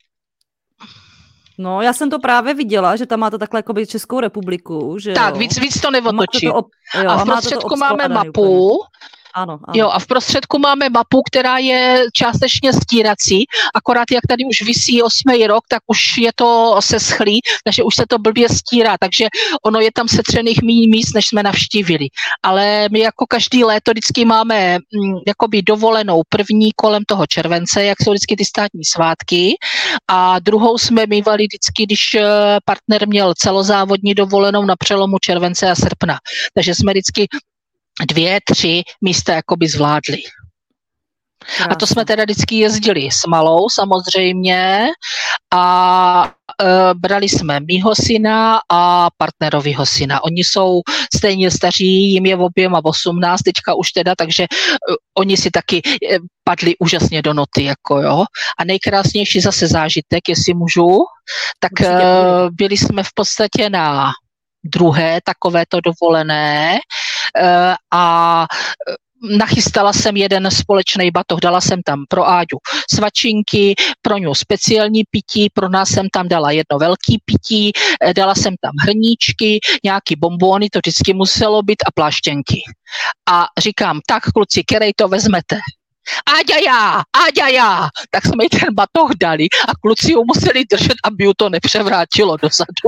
No, já jsem to právě viděla, že tam máte takhle jakoby Českou republiku, že Tak, jo. víc, víc to neotočí. A, to ob... jo, a v a prostředku máme mapu. Úplně. Ano, ano. Jo, a v prostředku máme mapu, která je částečně stírací, akorát jak tady už visí osmý rok, tak už je to seschlý, takže už se to blbě stírá, takže ono je tam setřených méně míst, než jsme navštívili. Ale my jako každý léto vždycky máme hm, jakoby dovolenou první kolem toho července, jak jsou vždycky ty státní svátky, a druhou jsme mývali vždycky, když partner měl celozávodní dovolenou na přelomu července a srpna. Takže jsme vždycky dvě, tři místa jakoby zvládli. Krásně. A to jsme teda vždycky jezdili s malou samozřejmě a e, brali jsme mýho syna a partnerovýho syna. Oni jsou stejně staří, jim je oběma osmnáct, teďka už teda, takže e, oni si taky e, padli úžasně do noty, jako jo. A nejkrásnější zase zážitek, jestli můžu, tak e, byli jsme v podstatě na druhé takovéto dovolené a nachystala jsem jeden společný batoh, dala jsem tam pro Áďu svačinky, pro ňu speciální pití, pro nás jsem tam dala jedno velký pití, dala jsem tam hrníčky, nějaký bonbóny, to vždycky muselo být a pláštěnky. A říkám, tak kluci, kerej to vezmete? Áďa já, Áďa já, tak jsme jí ten batoh dali a kluci ho museli držet, aby ju to nepřevrátilo dozadu.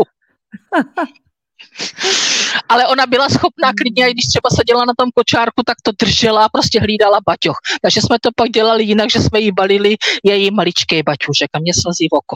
Ale ona byla schopná klidně, i když třeba seděla na tom kočárku, tak to držela a prostě hlídala baťoch. Takže jsme to pak dělali jinak, že jsme jí balili její maličký baťůžek a mě slzí v oko.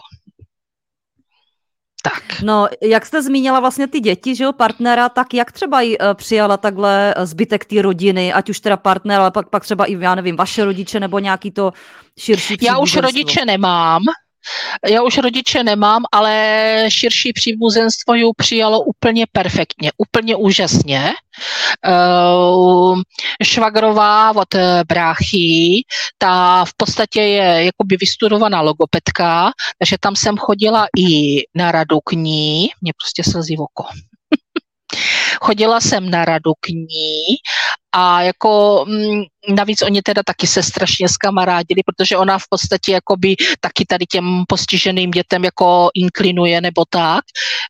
Tak. No, jak jste zmínila vlastně ty děti, že jo, partnera, tak jak třeba jí přijala takhle zbytek té rodiny, ať už teda partner, ale pak, pak třeba i, já nevím, vaše rodiče nebo nějaký to širší příbuzenstvo? Já už rodiče nemám. Já už rodiče nemám, ale širší příbuzenstvo ji přijalo úplně perfektně, úplně úžasně. Uh, švagrová od bráchy, ta v podstatě je jakoby vystudovaná logopedka, takže tam jsem chodila i na radu k ní, mě prostě slzí v oko. Chodila jsem na radu k ní a jako navíc oni teda taky se strašně zkamarádili, protože ona v podstatě jakoby taky tady těm postiženým dětem jako inklinuje nebo tak.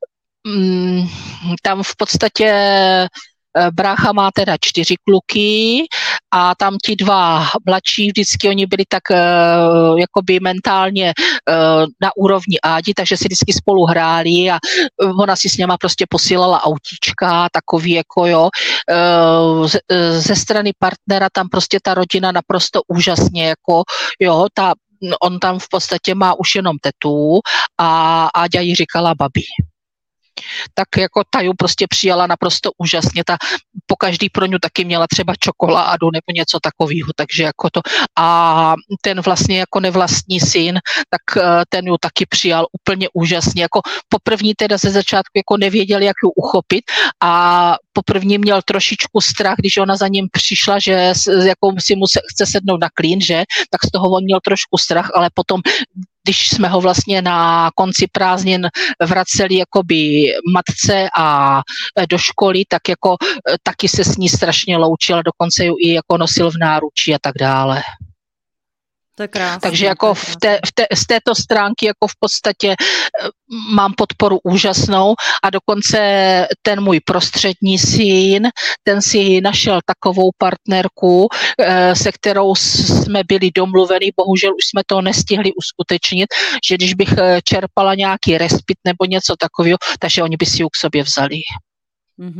Tam v podstatě brácha má teda čtyři kluky a tam ti dva mladší, vždycky oni byli tak uh, jakoby mentálně uh, na úrovni Ádi, takže si vždycky spolu hráli a uh, ona si s něma prostě posílala autíčka, takový jako jo. Uh, ze, ze strany partnera tam prostě ta rodina naprosto úžasně jako jo, ta, on tam v podstatě má už jenom tetu a Áďa jí říkala babi. Tak jako ta ju prostě přijala naprosto úžasně, ta po každý pro ňu taky měla třeba čokoládu nebo něco takového, takže jako to a ten vlastně jako nevlastní syn, tak ten ju taky přijal úplně úžasně, jako poprvní teda ze začátku jako nevěděl, jak ju uchopit a poprvní měl trošičku strach, když ona za ním přišla, že jako si mu se, chce sednout na klín, že, tak z toho on měl trošku strach, ale potom když jsme ho vlastně na konci prázdnin vraceli jakoby matce a do školy, tak jako taky se s ní strašně loučil, dokonce ju i jako nosil v náručí a tak dále. To je krásný, Takže jako v té, v té, z této stránky jako v podstatě mám podporu úžasnou a dokonce ten můj prostřední syn, ten si našel takovou partnerku, se kterou jsme byli domluveni, bohužel už jsme to nestihli uskutečnit, že když bych čerpala nějaký respit nebo něco takového, takže oni by si ju k sobě vzali. Mm-hmm.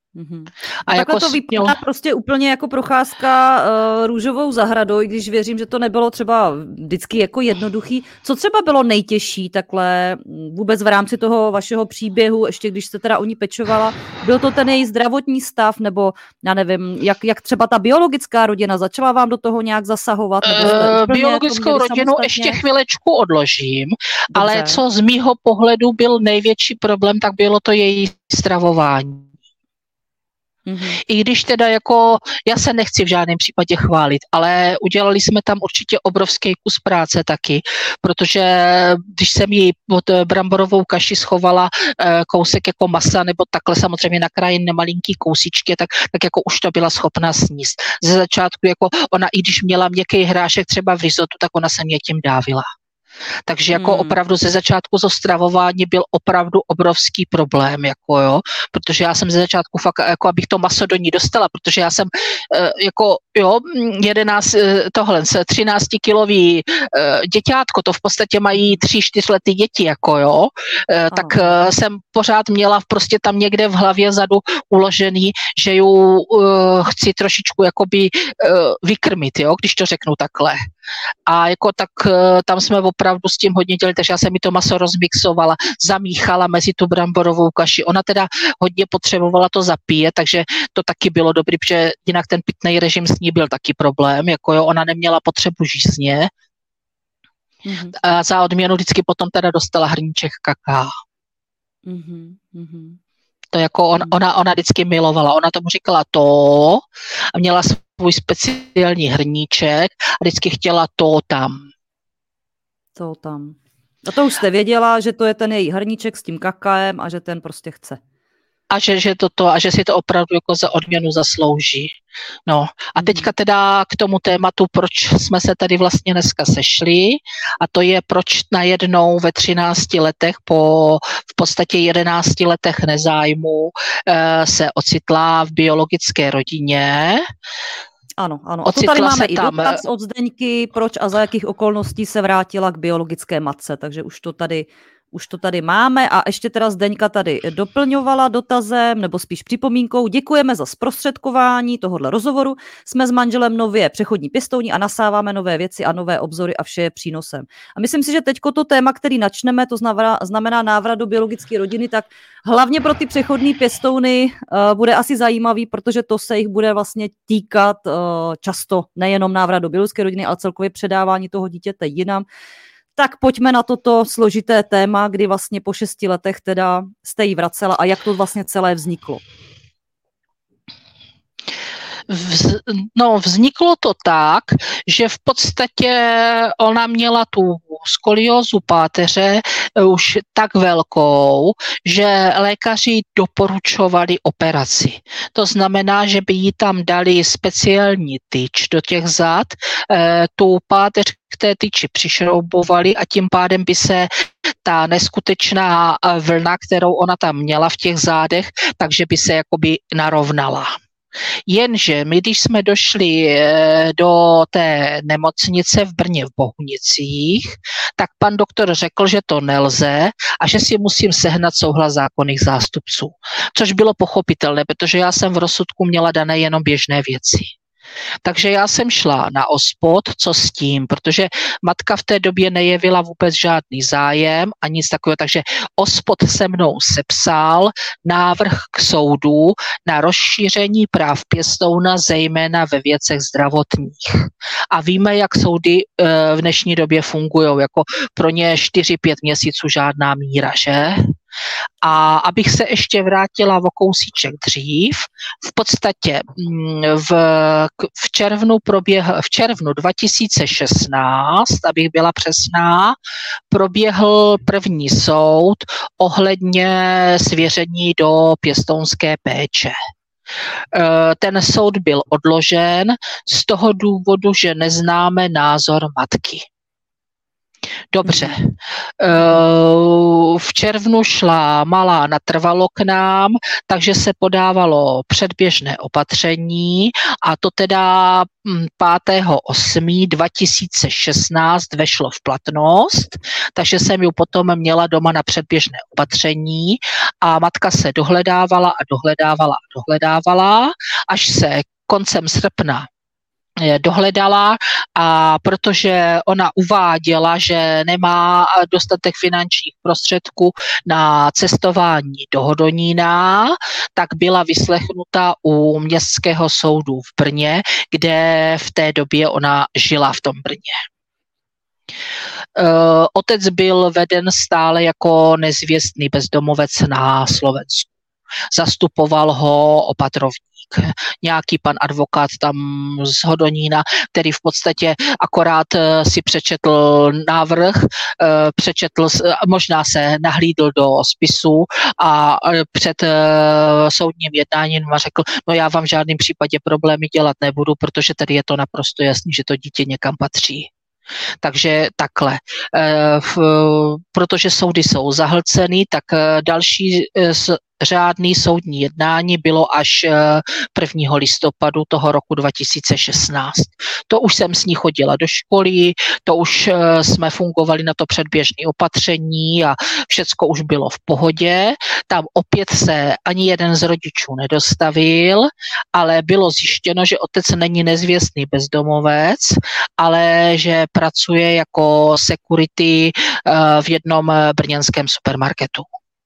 Mm-hmm. A jako to vypadá měl... prostě úplně jako procházka uh, růžovou zahradou, i když věřím, že to nebylo třeba vždycky jako jednoduchý. Co třeba bylo nejtěžší takhle vůbec v rámci toho vašeho příběhu, ještě když jste teda o ní pečovala, byl to ten její zdravotní stav, nebo já nevím, jak, jak třeba ta biologická rodina začala vám do toho nějak zasahovat? Uh, biologickou rodinu samostatně? Ještě chvilečku odložím, dobře. Ale co z mýho pohledu byl největší problém, tak bylo to její stravování. Mm-hmm. I když teda jako, já se nechci v žádném případě chválit, ale udělali jsme tam určitě obrovský kus práce taky, protože když jsem jí od bramborovou kaši schovala kousek jako masa, nebo takhle samozřejmě nakrájené malinký kousíčky, tak, tak jako už to byla schopná sníst. Ze začátku jako ona, i když měla měkký hrášek třeba v rizotu, tak ona se mě tím dávila. Takže jako hmm. opravdu ze začátku to stravování byl opravdu obrovský problém, jako jo, protože já jsem ze začátku fakt, jako abych to maso do ní dostala, protože já jsem jako jo, jedenáct, tohle, třináctikilový děťátko, to v podstatě mají tři, čtyřletý děti, jako jo, tak oh. jsem pořád měla prostě tam někde v hlavě vzadu uložený, že ju uh, chci trošičku jakoby uh, vykrmit, jo, když to řeknu takhle. A jako tak uh, tam jsme opravdu s tím hodně dělali, takže já jsem mi to maso rozmixovala, zamíchala mezi tu bramborovou kaši. Ona teda hodně potřebovala to zapíjet, takže to taky bylo dobrý, protože jinak ten pitný režim s ní byl taky problém, jako jo, ona neměla potřebu žízně. Mm-hmm. A za odměnu vždycky potom teda dostala hrníček kaká. Mm-hmm. To jako on, ona, ona vždycky milovala. Ona tomu říkala to a měla svůj speciální hrníček a vždycky chtěla to tam. To tam. A to už jste věděla, že to je ten její hrníček s tím kakaem a že ten prostě chce. A že, že, to, to, a že si to opravdu jako za odměnu zaslouží. No a teďka teda k tomu tématu, proč jsme se tady vlastně dneska sešli, a to je, proč najednou ve třinácti letech, po v podstatě jedenácti letech nezájmu e, se ocitla v biologické rodině. Ano, ano. A to tady máme i tam dotaz od Zdeňky, proč a za jakých okolností se vrátila k biologické matce, takže už to tady Už to tady máme a ještě teda Zdeňka tady doplňovala dotazem, nebo spíš připomínkou. Děkujeme za zprostředkování tohohle rozhovoru. Jsme s manželem nově přechodní pěstouni a nasáváme nové věci a nové obzory a vše je přínosem. A myslím si, že teďko to téma, který načneme, to znamená, znamená návrat do biologické rodiny, tak hlavně pro ty přechodní pěstouny uh, bude asi zajímavý, protože to se jich bude vlastně týkat uh, často nejenom návrat do biologické rodiny, ale celkově předávání toho dítěte jinam. Tak pojďme na toto složité téma, kdy vlastně po šesti letech teda jste jí vracela a jak to vlastně celé vzniklo. Vz, no, vzniklo to tak, že v podstatě ona měla tu skoliózu páteře už tak velkou, že lékaři doporučovali operaci. To znamená, že by jí tam dali speciální tyč do těch zad, e, tu páteř k té tyči přišroubovali a tím pádem by se ta neskutečná vlna, kterou ona tam měla v těch zádech, takže by se jakoby narovnala. Jenže my, když jsme došli do té nemocnice v Brně v Bohunicích, tak pan doktor řekl, že to nelze a že si musím sehnat souhlas zákonných zástupců. Což bylo pochopitelné, protože já jsem v rozsudku měla dané jenom běžné věci. Takže já jsem šla na OSPOD, co s tím, protože matka v té době nejevila vůbec žádný zájem a nic takového, takže OSPOD se mnou sepsal návrh k soudu na rozšíření práv pěstouna, zejména ve věcech zdravotních. A víme, jak soudy v dnešní době fungují, jako pro ně čtyři pět měsíců žádná míra, že? A abych se ještě vrátila o kousíček dřív, v podstatě v, v červnu proběh, v červnu dva tisíce šestnáct, abych byla přesná, proběhl první soud ohledně svěření do pěstounské péče. Ten soud byl odložen z toho důvodu, že neznáme názor matky. Dobře. V červnu šla malá natrvalo k nám, takže se podávalo předběžné opatření a to teda pátého osmého dva tisíce šestnáct vešlo v platnost, takže jsem ju potom měla doma na předběžné opatření a matka se dohledávala a dohledávala a dohledávala, až se koncem srpna dohledala a protože ona uváděla, že nemá dostatek finančních prostředků na cestování do Hodonína, tak byla vyslechnuta u Městského soudu v Brně, kde v té době ona žila v tom Brně. Otec byl veden stále jako nezvěstný bezdomovec na Slovensku. Zastupoval ho opatrovník, nějaký pan advokát tam z Hodonína, který v podstatě akorát si přečetl návrh, přečetl, možná se nahlídl do spisu a před soudním jednáním a řekl, no já vám v žádném případě problémy dělat nebudu, protože tady je to naprosto jasný, že to dítě někam patří. Takže takhle. Protože soudy jsou zahlcený, tak další řádný soudní jednání bylo až prvního listopadu toho roku dva tisíce šestnáct. To už jsem s ní chodila do školy, to už jsme fungovali na to předběžné opatření a všecko už bylo v pohodě. Tam opět se ani jeden z rodičů nedostavil, ale bylo zjištěno, že otec není nezvěstný bezdomovec, ale že pracuje jako security v jednom brněnském supermarketu.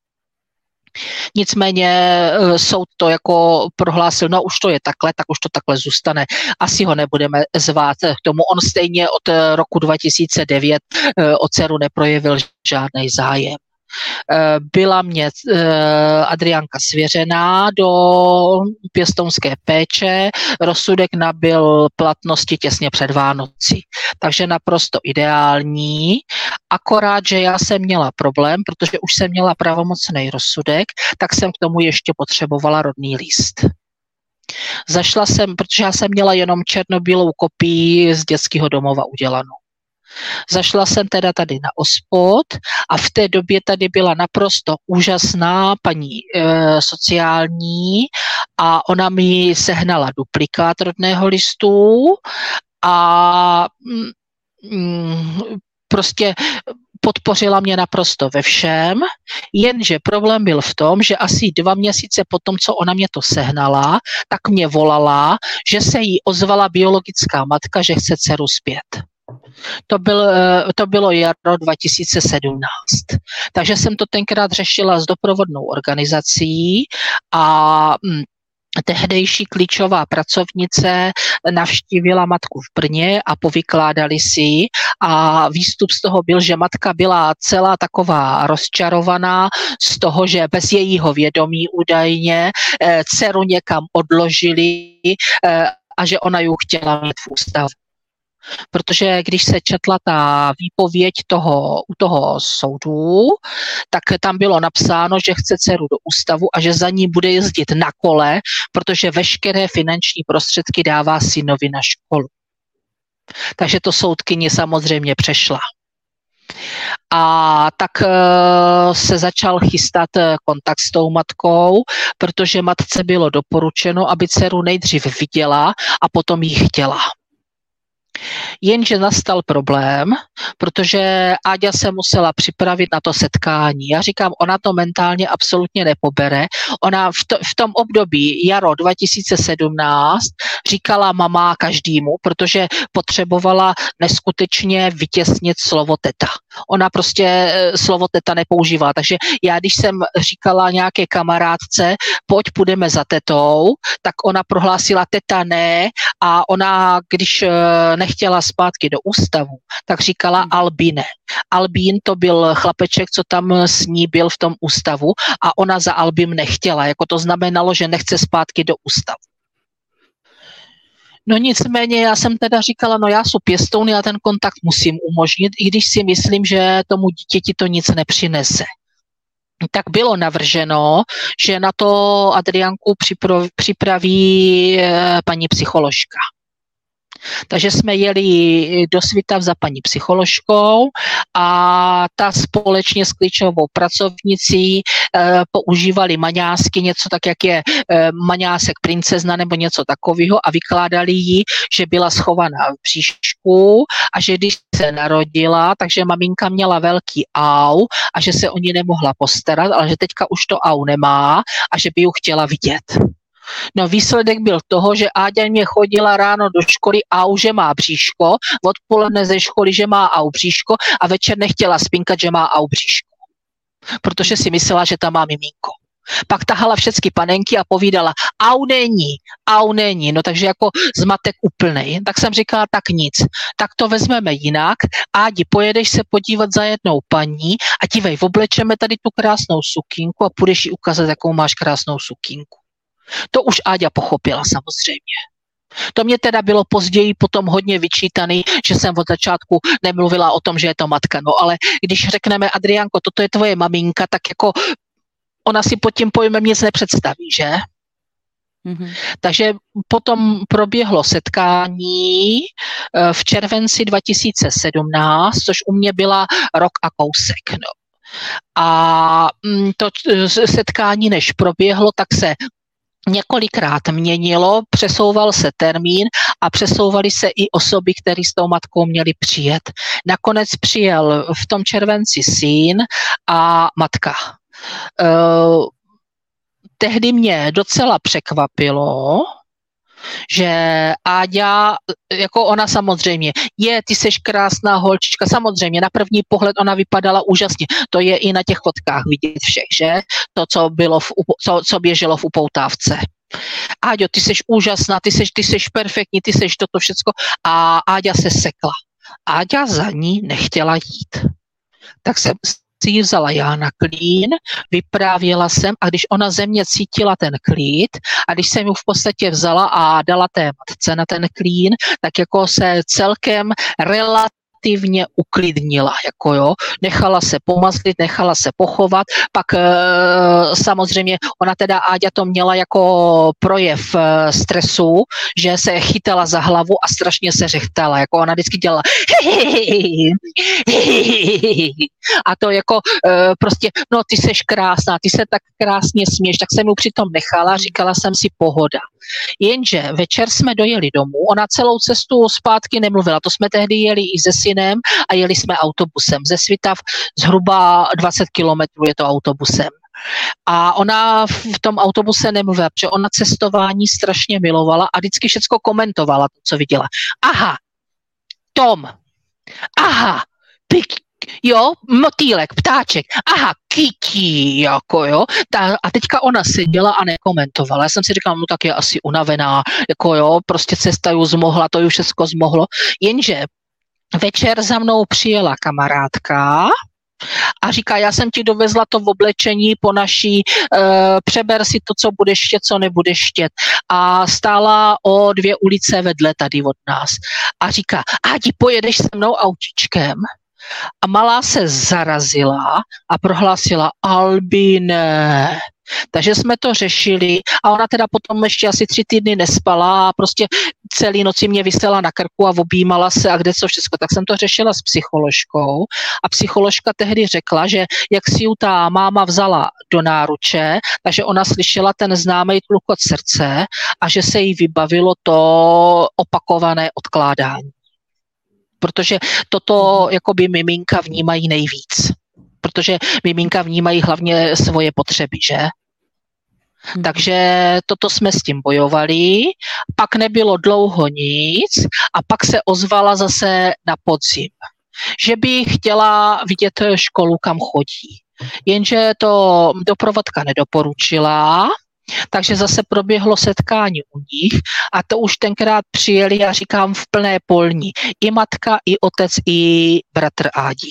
Nicméně soud to jako prohlásil, no už to je takhle, tak už to takhle zůstane. Asi ho nebudeme zvát k tomu. On stejně od roku dva tisíce devět o dceru neprojevil žádný zájem. Byla mě Adriánka svěřená do pěstounské péče, rozsudek nabyl platnosti těsně před Vánoci, takže naprosto ideální, akorát, že já jsem měla problém, protože už jsem měla pravomocný rozsudek, tak jsem k tomu ještě potřebovala rodný list. Zašla jsem, protože já jsem měla jenom černobílou kopii z dětského domova udělanou. Zašla jsem teda tady na OSPOD a v té době tady byla naprosto úžasná paní e, sociální a ona mi sehnala duplikát rodného listu a mm, prostě podpořila mě naprosto ve všem, jenže problém byl v tom, že asi dva měsíce potom, co ona mě to sehnala, tak mě volala, že se jí ozvala biologická matka, že chce dceru zpět. To, byl, to bylo jaro dva tisíce sedmnáct. Takže jsem to tenkrát řešila s doprovodnou organizací a tehdejší klíčová pracovnice navštívila matku v Brně a povykládali si a výstup z toho byl, že matka byla celá taková rozčarovaná z toho, že bez jejího vědomí údajně dceru někam odložili a že ona ji chtěla mít v ústavu. Protože když se četla ta výpověď toho, u toho soudu, tak tam bylo napsáno, že chce dceru do ústavu a že za ní bude jezdit na kole, protože veškeré finanční prostředky dává synovi na školu. Takže to soudkyně samozřejmě přešla. A tak se začal chystat kontakt s tou matkou, protože matce bylo doporučeno, aby dceru nejdřív viděla a potom ji chtěla. Jenže nastal problém, protože Áďa se musela připravit na to setkání. Já říkám, ona to mentálně absolutně nepobere. Ona v, to, v tom období jaro dva tisíce sedmnáct říkala mama každému, protože potřebovala neskutečně vytěsnit slovo teta. Ona prostě slovo teta nepoužívala. Takže já, když jsem říkala nějaké kamarádce, pojď, půjdeme za tetou, tak ona prohlásila teta ne a ona, když nechtěla zpátky do ústavu, tak říkala Albíne. Albín to byl chlapeček, co tam s ní byl v tom ústavu a ona za Albím nechtěla. Jako to znamenalo, že nechce zpátky do ústavu. No nicméně já jsem teda říkala, no já jsem pěstoun, já ten kontakt musím umožnit, i když si myslím, že tomu dítěti to nic nepřinese. Tak bylo navrženo, že na to Adriánku připraví paní psycholožka. Takže jsme jeli do Svitav za paní psycholožkou a ta společně s klíčovou pracovnicí e, používali maňásky, něco tak, jak je e, maňásek princezna nebo něco takového a vykládali jí, že byla schovaná v bříšku a že když se narodila, takže maminka měla velký au a že se o ní nemohla postarat, ale že teďka už to au nemá a že by ju chtěla vidět. No výsledek byl toho, že Áďa mě chodila ráno do školy au, že má bříško, odpoledne ze školy, že má au bříško a večer nechtěla spinkat, že má au bříško. Protože si myslela, že tam má miminko. Pak tahala všechny panenky a povídala, au není, au není, no takže jako zmatek úplnej. Tak jsem říkala, tak nic, tak to vezmeme jinak. Ádi, pojedeš se podívat za jednou paní a dívej, oblečeme tady tu krásnou sukínku a půjdeš jí ukázat, jakou máš krásnou sukínku. To už Áďa pochopila samozřejmě. To mě teda bylo později potom hodně vyčítaný, že jsem od začátku nemluvila o tom, že je to matka. No ale když řekneme, Adriánko, toto je tvoje maminka, tak jako ona si pod tím pojmem nic nepředstaví, že? Mm-hmm. Takže potom proběhlo setkání v červenci dva tisíce sedmnáct, což u mě byla rok a kousek. No. A to setkání, než proběhlo, tak se několikrát měnilo, přesouval se termín a přesouvaly se i osoby, které s tou matkou měly přijet. Nakonec přijel v tom červenci syn a matka. Uh, tehdy mě docela překvapilo, že Áďa, jako ona samozřejmě, je, ty seš krásná holčička, samozřejmě, na první pohled ona vypadala úžasně, to je i na těch fotkách vidět všech, že? To, co bylo, v, co, co běželo v upoutávce. Áďo, ty seš úžasná, ty seš, ty seš perfektní, ty seš toto všecko a Áďa se sekla. Áďa za ní nechtěla jít. Tak jsem si ji vzala já na klín, vyprávěla jsem a když ona ze mě cítila ten klid a když jsem ji v podstatě vzala a dala té matce na ten klín, tak jako se celkem relativně uklidnila, jako jo, nechala se pomazlit, nechala se pochovat, pak e, samozřejmě ona teda Áďa to měla jako projev e, stresu, že se chytala za hlavu a strašně se řechtala, jako ona vždycky dělala a to jako e, prostě, no ty seš krásná, ty se tak krásně směš, tak jsem mu přitom nechala, říkala jsem si pohoda. Jenže večer jsme dojeli domů, ona celou cestu zpátky nemluvila, to jsme tehdy jeli i se synem a jeli jsme autobusem. Ze Svitav zhruba dvacet kilometrů je to autobusem. A ona v tom autobuse nemluvila, protože ona cestování strašně milovala a vždycky všecko komentovala, to, co viděla. Aha, Tom, aha, pik, jo, motýlek, ptáček, aha, kytí, jako jo. Ta, a teďka ona seděla a nekomentovala. Já jsem si říkala, no tak je asi unavená, jako jo, prostě cesta ju zmohla, to ju všechno zmohlo. Jenže večer za mnou přijela kamarádka a říká, já jsem ti dovezla to v oblečení po naší, e, přeber si to, co budeš chtět, co nebudeš chtět. A stála o dvě ulice vedle tady od nás. A říká, Ádi, pojedeš se mnou autíčkem? A malá se zarazila a prohlásila, Albine. Takže jsme to řešili a ona teda potom ještě asi tři týdny nespala a prostě celý noci mě visela na krku a objímala se a kde co všechno. Tak jsem to řešila s psycholožkou a psycholožka tehdy řekla, že jak si ju ta máma vzala do náruče, takže ona slyšela ten známý tlukot srdce a že se jí vybavilo to opakované odkládání. Protože toto jakoby miminka vnímají nejvíc. Protože miminka vnímají hlavně svoje potřeby, že? Hmm. Takže toto jsme s tím bojovali, pak nebylo dlouho nic a pak se ozvala zase na podzim, že by chtěla vidět školu, kam chodí. Jenže to doprovodka nedoporučila, takže zase proběhlo setkání u nich a to už tenkrát přijeli, já říkám, v plné polní. I matka, i otec, i bratr Ádi.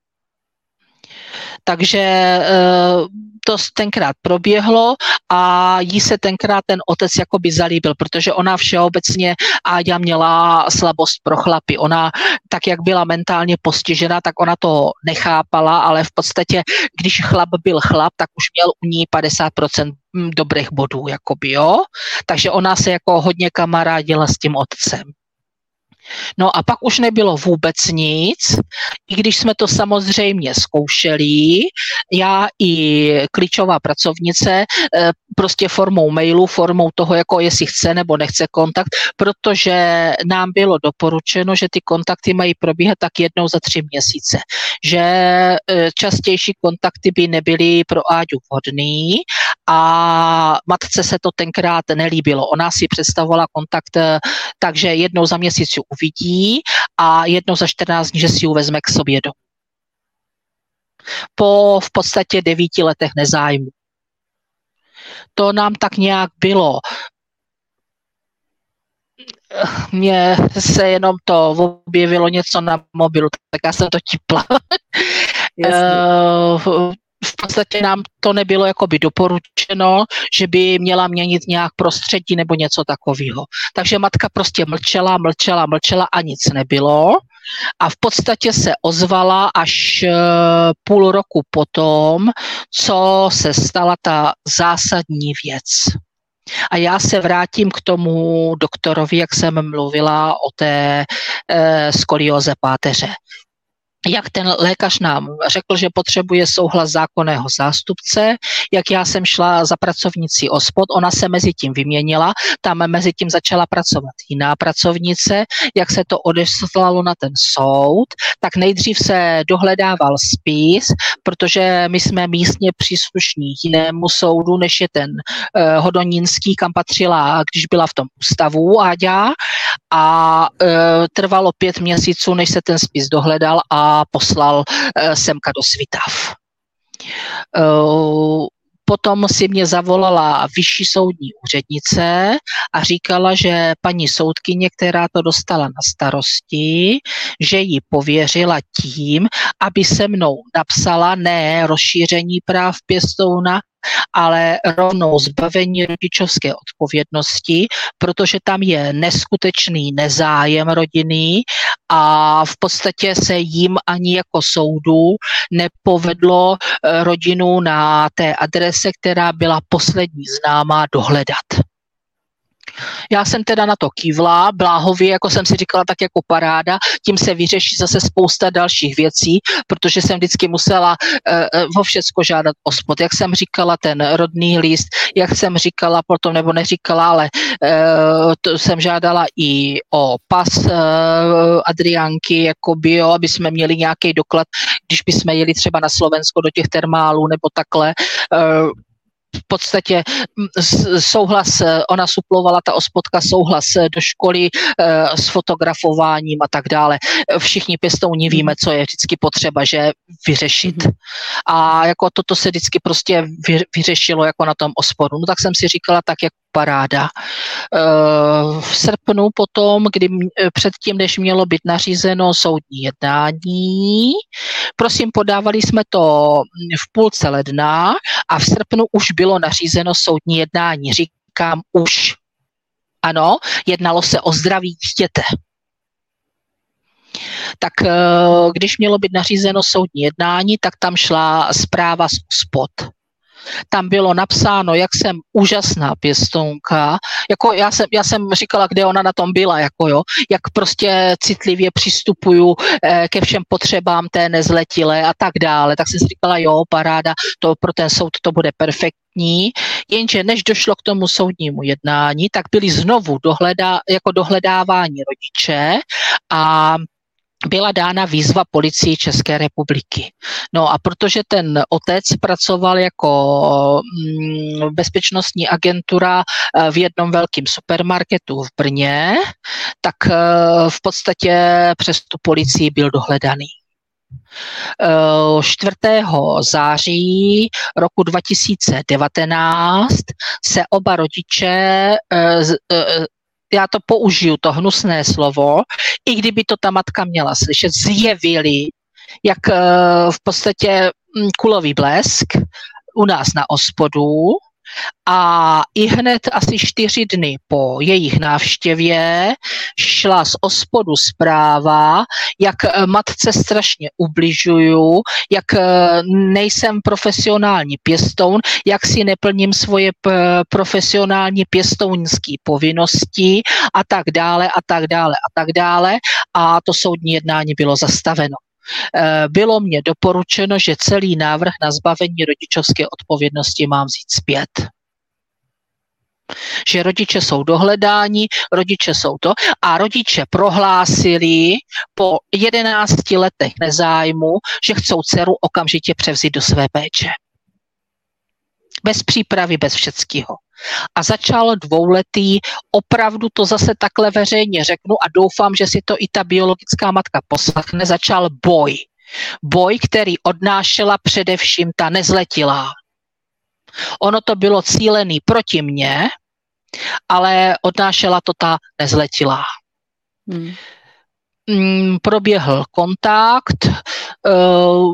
Takže to tenkrát proběhlo a jí se tenkrát ten otec jakoby zalíbil, protože ona všeobecně, Áďa měla slabost pro chlapy. Ona, tak jak byla mentálně postižena, tak ona to nechápala, ale v podstatě, když chlap byl chlap, tak už měl u ní padesát procent dobrých bodů, jakoby, jo. Takže ona se jako hodně kamarádila s tím otcem. No a pak už nebylo vůbec nic, i když jsme to samozřejmě zkoušeli, já i klíčová pracovnice, prostě formou mailu, formou toho, jako jestli chce nebo nechce kontakt, protože nám bylo doporučeno, že ty kontakty mají probíhat tak jednou za tři měsíce, že častější kontakty by nebyly pro Áďu vhodný a matce se to tenkrát nelíbilo. Ona si představovala kontakt, takže jednou za měsíc ji uvidí a jednou za čtrnáct dní, že si ji vezme k sobě domů. Po v podstatě devíti letech nezájmu. To nám tak nějak bylo. Mně se jenom to objevilo něco na mobilu, tak já jsem to tipla. V podstatě nám to nebylo jakoby doporučeno, že by měla měnit nějak prostředí nebo něco takového. Takže matka prostě mlčela, mlčela, mlčela a nic nebylo. A v podstatě se ozvala až půl roku potom, co se stala ta zásadní věc. A já se vrátím k tomu doktorovi, jak jsem mluvila o té e, skolióze páteře. Jak ten lékař nám řekl, že potřebuje souhlas zákonného zástupce, jak já jsem šla za pracovnicí OSPOD, ona se mezi tím vyměnila, tam mezi tím začala pracovat jiná pracovnice, jak se to odeslalo na ten soud, tak nejdřív se dohledával spis, protože my jsme místně příslušní jinému soudu, než je ten uh, hodonínský, kam patřila, když byla v tom ústavu Áďa, a uh, trvalo pět měsíců, než se ten spis dohledal a a poslal uh, semka do Svitav. Uh, potom si mě zavolala vyšší soudní úřednice a říkala, že paní soudkyně, která to dostala na starosti, že ji pověřila tím, aby se mnou napsala ne rozšíření práv pěstouna, ale rovnou zbavení rodičovské odpovědnosti, protože tam je neskutečný nezájem rodiny a v podstatě se jim ani jako soudu nepovedlo rodinu na té adrese, která byla poslední známá, dohledat. Já jsem teda na to kývla, bláhově, jako jsem si říkala, tak jako paráda, tím se vyřeší zase spousta dalších věcí, protože jsem vždycky musela uh, o všecko žádat OSPOD. Jak jsem říkala, ten rodný list, jak jsem říkala potom, nebo neříkala, ale uh, to jsem žádala i o pas uh, Adriánky, jako bio, aby jsme měli nějaký doklad, když bychom jeli třeba na Slovensko do těch termálů, nebo takhle. Uh, v podstatě souhlas, ona suplovala ta ospodka souhlas do školy s fotografováním a tak dále. Všichni pěstouni víme, co je vždycky potřeba, že vyřešit. A jako toto se vždycky prostě vyřešilo jako na tom ospodu. No tak jsem si říkala, tak jako paráda. V srpnu potom, kdy předtím, než mělo být nařízeno soudní jednání, prosím, podávali jsme to v půlce ledna a v srpnu už bylo nařízeno soudní jednání. Říkám už. Ano, jednalo se o zdraví dítěte. Tak když mělo být nařízeno soudní jednání, tak tam šla zpráva z OSPOD. Tam bylo napsáno, jak jsem úžasná pěstounka, jako já jsem, já jsem říkala, kde ona na tom byla, jako jo, jak prostě citlivě přistupuju eh, ke všem potřebám té nezletilé a tak dále, tak jsem si říkala, jo, paráda, to pro ten soud to bude perfektní, jenže než došlo k tomu soudnímu jednání, tak byly znovu dohledá, jako dohledávání rodiče a byla dána výzva policii České republiky. No a protože ten otec pracoval jako mm, bezpečnostní agentura v jednom velkém supermarketu v Brně, tak v podstatě přes tu policii byl dohledaný. čtvrtého září roku dva tisíce devatenáct se oba rodiče, já to použiju, to hnusné slovo, i kdyby to ta matka měla slyšet, zjevili, jak v podstatě kulový blesk u nás na OSPODu A i hned asi čtyři dny po jejich návštěvě šla z ospodu zpráva, jak matce strašně ubližuju, jak nejsem profesionální pěstoun, jak si neplním svoje profesionální pěstounské povinnosti a tak dále a tak dále a tak dále. A to soudní jednání bylo zastaveno. Bylo mně doporučeno, že celý návrh na zbavení rodičovské odpovědnosti mám vzít zpět. Že rodiče jsou dohledáni, rodiče jsou to a rodiče prohlásili po jedenácti letech nezájmu, že chcou dceru okamžitě převzít do své péče. Bez přípravy, bez všeckého. A začal dvouletý, opravdu to zase takhle veřejně řeknu a doufám, že si to i ta biologická matka poslechne, začal boj. Boj, který odnášela především ta nezletilá. Ono to bylo cílený proti mně, ale odnášela to ta nezletilá. Hmm. Proběhl kontakt, uh,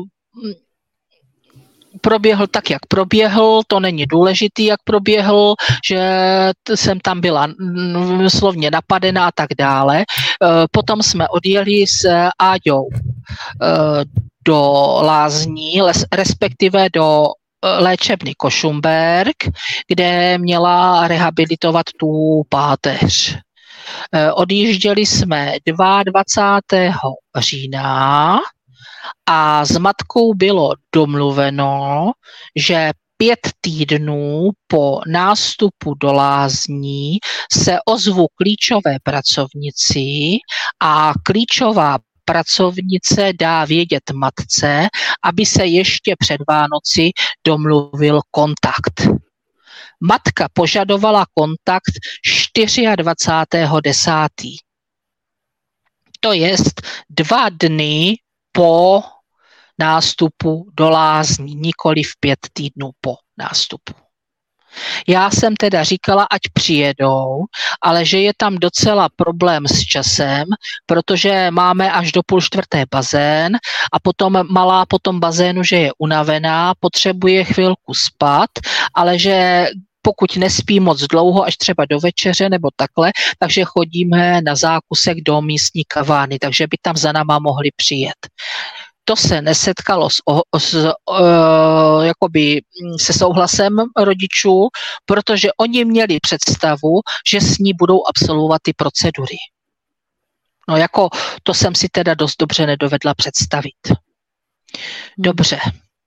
proběhl tak, jak proběhl, to není důležitý, jak proběhl, že jsem tam byla slovně napadená a tak dále. Potom jsme odjeli s Áďou do Lázní, respektive do léčebny Košumberk, kde měla rehabilitovat tu páteř. Odjížděli jsme dvacátého druhého října a s matkou bylo domluveno, že pět týdnů po nástupu do Lázní se ozvu klíčové pracovnici a klíčová pracovnice dá vědět matce, aby se ještě před Vánoci domluvil kontakt. Matka požadovala kontakt dvacátého čtvrtého desátého To jest dva dny po nástupu do Lázní, nikoli v pět týdnů po nástupu. Já jsem teda říkala, ať přijedou, ale že je tam docela problém s časem, protože máme až do půl čtvrté bazén a potom malá po tom bazénu, že je unavená, potřebuje chvilku spát, ale že pokud nespí moc dlouho, až třeba do večeře nebo takhle, takže chodíme na zákusek do místní kavárny, takže by tam za náma mohli přijet. To se nesetkalo s, s, uh, jakoby se souhlasem rodičů, protože oni měli představu, že s ní budou absolvovat ty procedury. No jako to jsem si teda dost dobře nedovedla představit. Dobře.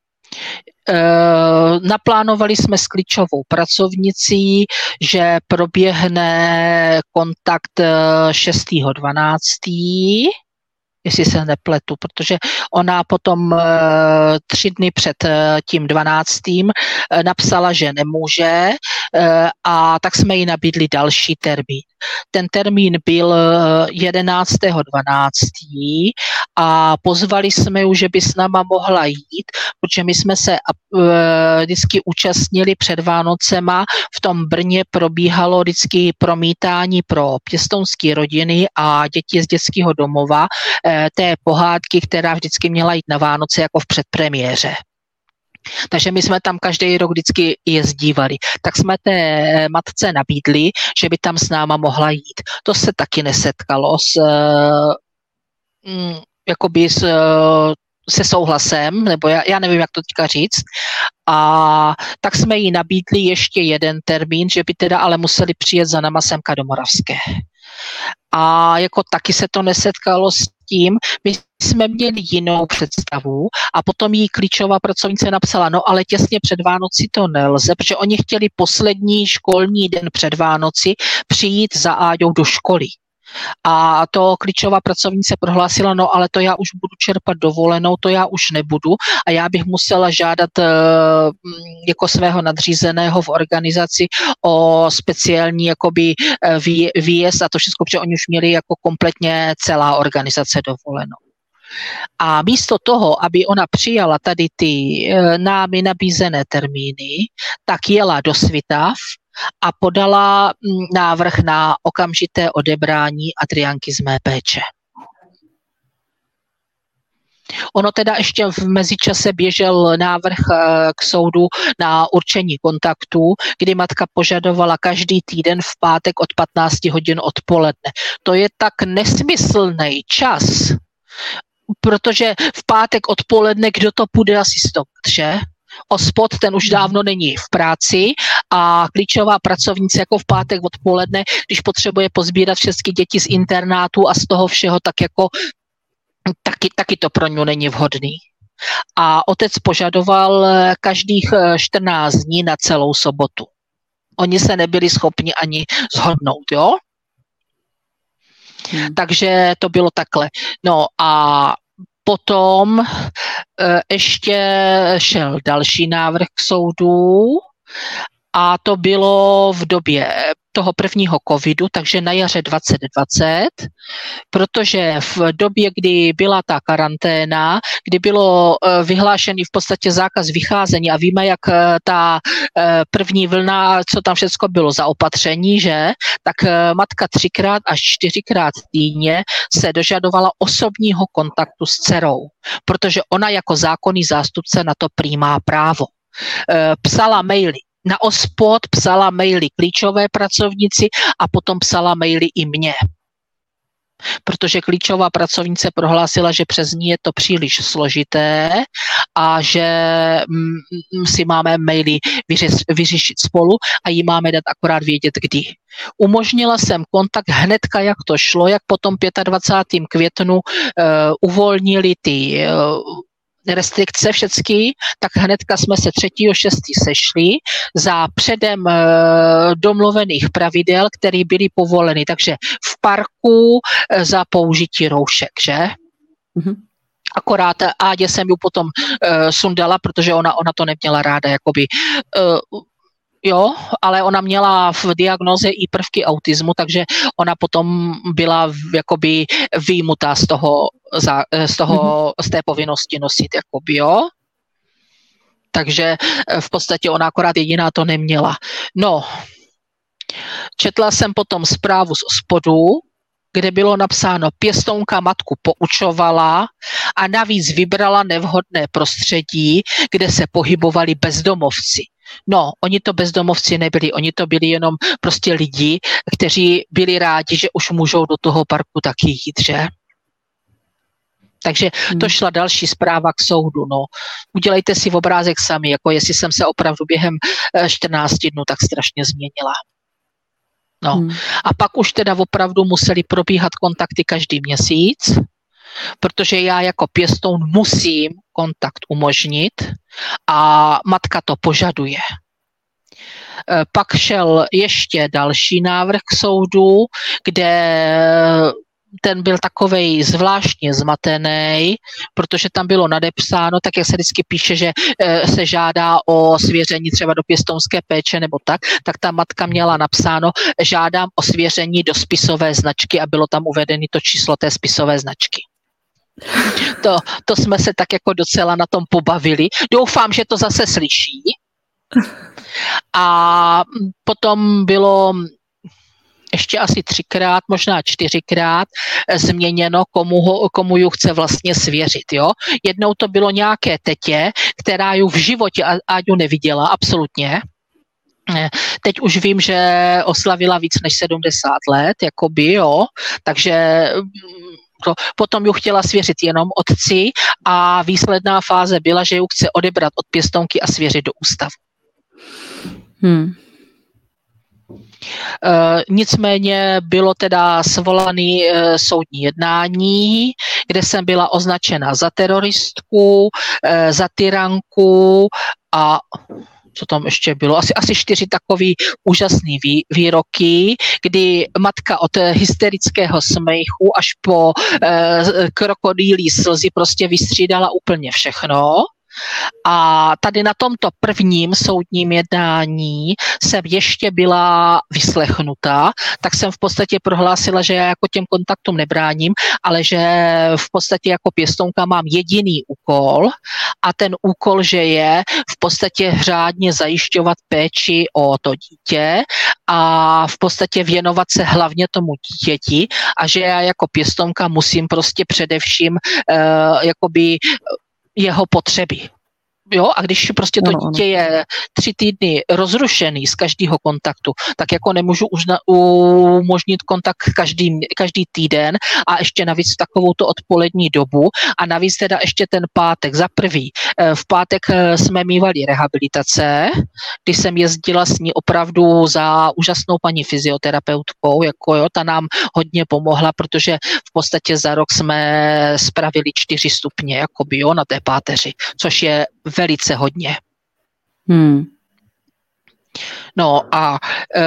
Uh, naplánovali jsme s klíčovou pracovnicí, že proběhne kontakt šestého dvanáctého jestli se nepletu, protože ona potom uh, tři dny před uh, tím dvanáctým uh, napsala, že nemůže uh, a tak jsme jí nabídli další termín. Ten termín byl jedenáctého dvanáctého a pozvali jsme ji, že by s náma mohla jít, protože my jsme se uh, vždycky účastnili před Vánocema, v tom Brně probíhalo vždycky promítání pro pěstounské rodiny a děti z dětského domova, té pohádky, která vždycky měla jít na Vánoce jako v předpremiéře. Takže my jsme tam každý rok vždycky jezdívali. Tak jsme té matce nabídli, že by tam s náma mohla jít. To se taky nesetkalo s, mm, jakoby s, se souhlasem, nebo já, já nevím, jak to teďka říct. A tak jsme jí nabídli ještě jeden termín, že by teda ale museli přijet za náma semka do Moravské. A jako taky se to nesetkalo s tím, my jsme měli jinou představu a potom jí klíčová pracovnice napsala, no ale těsně před Vánoci to nelze, protože oni chtěli poslední školní den před Vánoci přijít za Áďou do školy. A to klíčová pracovnice prohlásila, no ale to já už budu čerpat dovolenou, to já už nebudu a já bych musela žádat uh, jako svého nadřízeného v organizaci o speciální jakoby uh, výjezd a to všechno, protože oni už měli jako kompletně celá organizace dovolenou. A místo toho, aby ona přijala tady ty uh, námi nabízené termíny, tak jela do Svitav a podala návrh na okamžité odebrání Adriánky z mé péče. Ono teda ještě v mezičase běžel návrh k soudu na určení kontaktů, kdy matka požadovala každý týden v pátek od patnácti hodin odpoledne. To je tak nesmyslný čas, protože v pátek odpoledne kdo to půjde asistovat, že? Ospod, ten už dávno není v práci a klíčová pracovnice jako v pátek odpoledne, když potřebuje pozbírat všechny děti z internátu a z toho všeho, tak jako taky, taky to pro ňu není vhodný. A otec požadoval každých čtrnáct dní na celou sobotu. Oni se nebyli schopni ani shodnout, jo? Hmm. Takže to bylo takhle. No a potom e, ještě šel další návrh k soudu a to bylo v době toho prvního covidu, takže na jaře dvacet dvacet, protože v době, kdy byla ta karanténa, kdy bylo vyhlášený v podstatě zákaz vycházení a víme, jak ta první vlna, co tam všechno bylo za opatření, že, tak matka třikrát až čtyřikrát týdně se dožadovala osobního kontaktu s dcerou, protože ona jako zákonný zástupce na to prý má právo. Psala maily na ospod, psala maily klíčové pracovnici a potom psala maily i mně. Protože klíčová pracovnice prohlásila, že přes ní je to příliš složité a že mm, si máme maily vyřeš, vyřešit spolu a jí máme dát akorát vědět, kdy. Umožnila jsem kontakt hnedka, jak to šlo, jak potom dvacátého pátého květnu uh, uvolnili ty uh, restrikce všechny, tak hnedka jsme se třetího šestého sešli za předem e, domluvených pravidel, které byly povoleny. Takže v parku e, za použití roušek, že? Mm-hmm. Akorát Ádě jsem ju potom e, sundala, protože ona, ona to neměla ráda, jakoby... E, Jo, ale ona měla v diagnoze i prvky autismu, takže ona potom byla jakoby výjimutá z toho, z toho, z té povinnosti nosit, jakoby, jo. Takže v podstatě ona akorát jediná to neměla. No, četla jsem potom zprávu z ospodu, kde bylo napsáno, pěstounka matku poučovala a navíc vybrala nevhodné prostředí, kde se pohybovali bezdomovci. No, oni to bezdomovci nebyli, oni to byli jenom prostě lidi, kteří byli rádi, že už můžou do toho parku taky jít, že? Takže to šla další zpráva k soudu, no. Udělejte si obrázek sami, jako jestli jsem se opravdu během čtrnácti dnů tak strašně změnila. No, hmm. A pak už teda opravdu museli probíhat kontakty každý měsíc, protože já jako pěstoun musím kontakt umožnit a matka to požaduje. Pak šel ještě další návrh k soudu, kde ten byl takovej zvláštně zmatený, protože tam bylo nadepsáno, tak jak se vždycky píše, že se žádá o svěření třeba do pěstounské péče nebo tak, tak ta matka měla napsáno, žádám o svěření do spisové značky a bylo tam uvedeno to číslo té spisové značky. To, to jsme se tak jako docela na tom pobavili. Doufám, že to zase slyší. A potom bylo ještě asi třikrát, možná čtyřikrát změněno, komu, ho, komu ju chce vlastně svěřit. Jo? Jednou to bylo nějaké tetě, která ju v životě Áďu neviděla, absolutně. Teď už vím, že oslavila víc než sedmdesát let, jakoby, jo, takže to, potom ju chtěla svěřit jenom otci a výsledná fáze byla, že ju chce odebrat od pěstounky a svěřit do ústavu. Hmm. E, nicméně bylo teda svolaný e, soudní jednání, kde jsem byla označena za teroristku, e, za tyranku a co tam ještě bylo, asi, asi čtyři takový úžasný vý, výroky, kdy matka od hysterického smejchu až po e, krokodýlí slzy prostě vystřídala úplně všechno. A tady na tomto prvním soudním jednání jsem ještě byla vyslechnuta, tak jsem v podstatě prohlásila, že já jako těm kontaktům nebráním, ale že v podstatě jako pěstounka mám jediný úkol a ten úkol, že je v podstatě řádně zajišťovat péči o to dítě a v podstatě věnovat se hlavně tomu dítěti a že já jako pěstounka musím prostě především uh, jakoby jeho potřeby. Jo, a když prostě to dítě je tři týdny rozrušený z každého kontaktu, tak jako nemůžu uzna, umožnit kontakt každý, každý týden a ještě navíc takovou to odpolední dobu a navíc teda ještě ten pátek. Za prvý, v pátek jsme mívali rehabilitace, kdy jsem jezdila s ní opravdu za úžasnou paní fyzioterapeutkou, jako jo, ta nám hodně pomohla, protože v podstatě za rok jsme spravili čtyři stupně, jakoby jo, na té páteři, což je velice hodně. Hmm. No a e,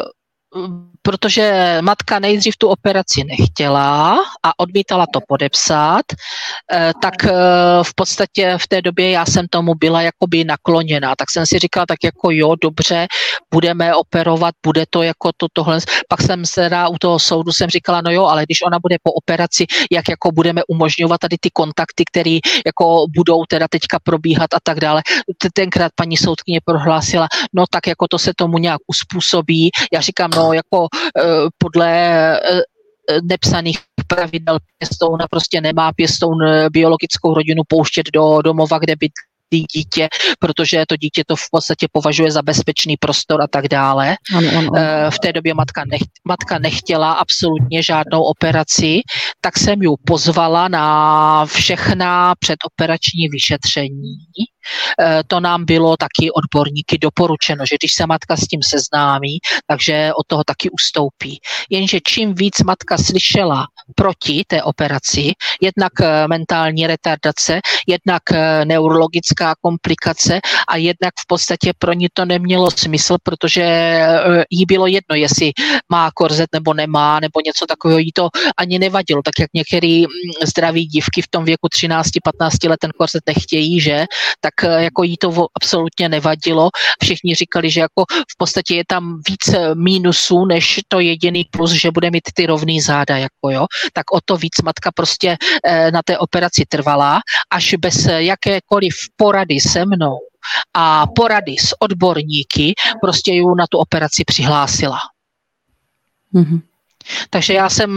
protože matka nejdřív tu operaci nechtěla a odmítala to podepsat, e, tak e, v podstatě v té době já jsem tomu byla jakoby nakloněná. Tak jsem si říkala, tak jako jo, dobře, budeme operovat, bude to jako to, tohle. Pak jsem se dá u toho soudu jsem říkala, no jo, ale když ona bude po operaci, jak jako budeme umožňovat tady ty kontakty, které jako budou teda teďka probíhat a tak dále. Tenkrát paní soudkyně prohlásila, no tak jako to se tomu nějak uspůsobí. Já říkám, no jako podle nepsaných pravidel pěstouna prostě nemá pěstoun biologickou rodinu pouštět do domova, kde by dítě, protože to dítě to v podstatě považuje za bezpečný prostor a tak dále. Ano, ano. V té době matka, nech, matka nechtěla absolutně žádnou operaci, tak jsem ji pozvala na všechna předoperační vyšetření. To nám bylo taky odborníky doporučeno, že když se matka s tím seznámí, takže od toho taky ustoupí. Jenže čím víc matka slyšela proti té operaci, jednak mentální retardace, jednak neurologická komplikace a jednak v podstatě pro ní to nemělo smysl, protože jí bylo jedno, jestli má korzet nebo nemá, nebo něco takového, jí to ani nevadilo, tak jak některé zdraví dívky v tom věku třináct patnáct let ten korzet nechtějí, že, tak jako jí to absolutně nevadilo. Všichni říkali, že jako v podstatě je tam víc mínusů, než to jediný plus, že bude mít ty rovný záda, jako jo. Tak o to víc matka prostě na té operaci trvala, až bez jakékoliv porady se mnou a porady s odborníky prostě ju na tu operaci přihlásila. Mm-hmm. Takže já jsem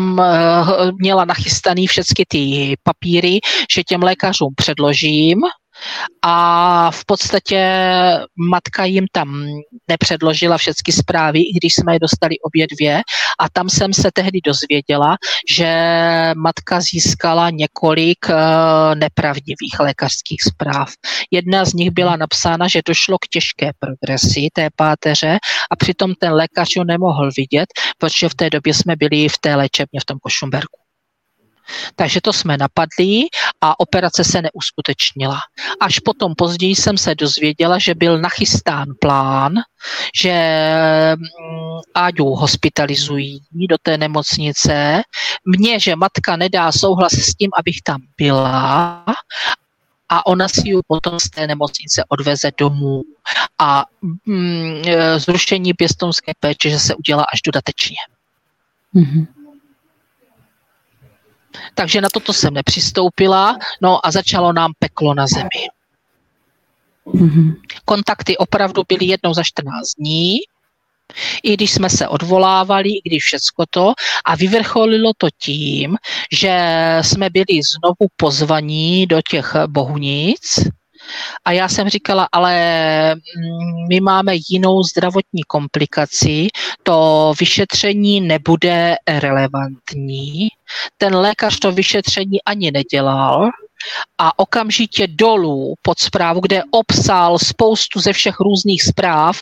měla nachystaný všechny ty papíry, že těm lékařům předložím a v podstatě matka jim tam nepředložila všechny zprávy, i když jsme je dostali obě dvě a tam jsem se tehdy dozvěděla, že matka získala několik nepravdivých lékařských zpráv. Jedna z nich byla napsána, že došlo k těžké progresi té páteře a přitom ten lékař ho nemohl vidět, protože v té době jsme byli v té léčebně v tom Košumberku. Takže to jsme napadli a operace se neuskutečnila. Až potom později jsem se dozvěděla, že byl nachystán plán, že Áďu hospitalizují do té nemocnice, mně, že matka nedá souhlas s tím, abych tam byla a ona si ji potom z té nemocnice odveze domů a mm, zrušení pěstounské péče, že se udělá až dodatečně. Mm-hmm. Takže na toto jsem nepřistoupila, no a začalo nám peklo na zemi. Mm-hmm. Kontakty opravdu byly jednou za čtrnáct dní, i když jsme se odvolávali, i když všecko to, a vyvrcholilo to tím, že jsme byli znovu pozvaní do těch Bohunic a já jsem říkala, ale my máme jinou zdravotní komplikaci, to vyšetření nebude relevantní, ten lékař to vyšetření ani nedělal a okamžitě dolů pod zprávu, kde obsal spoustu ze všech různých zpráv,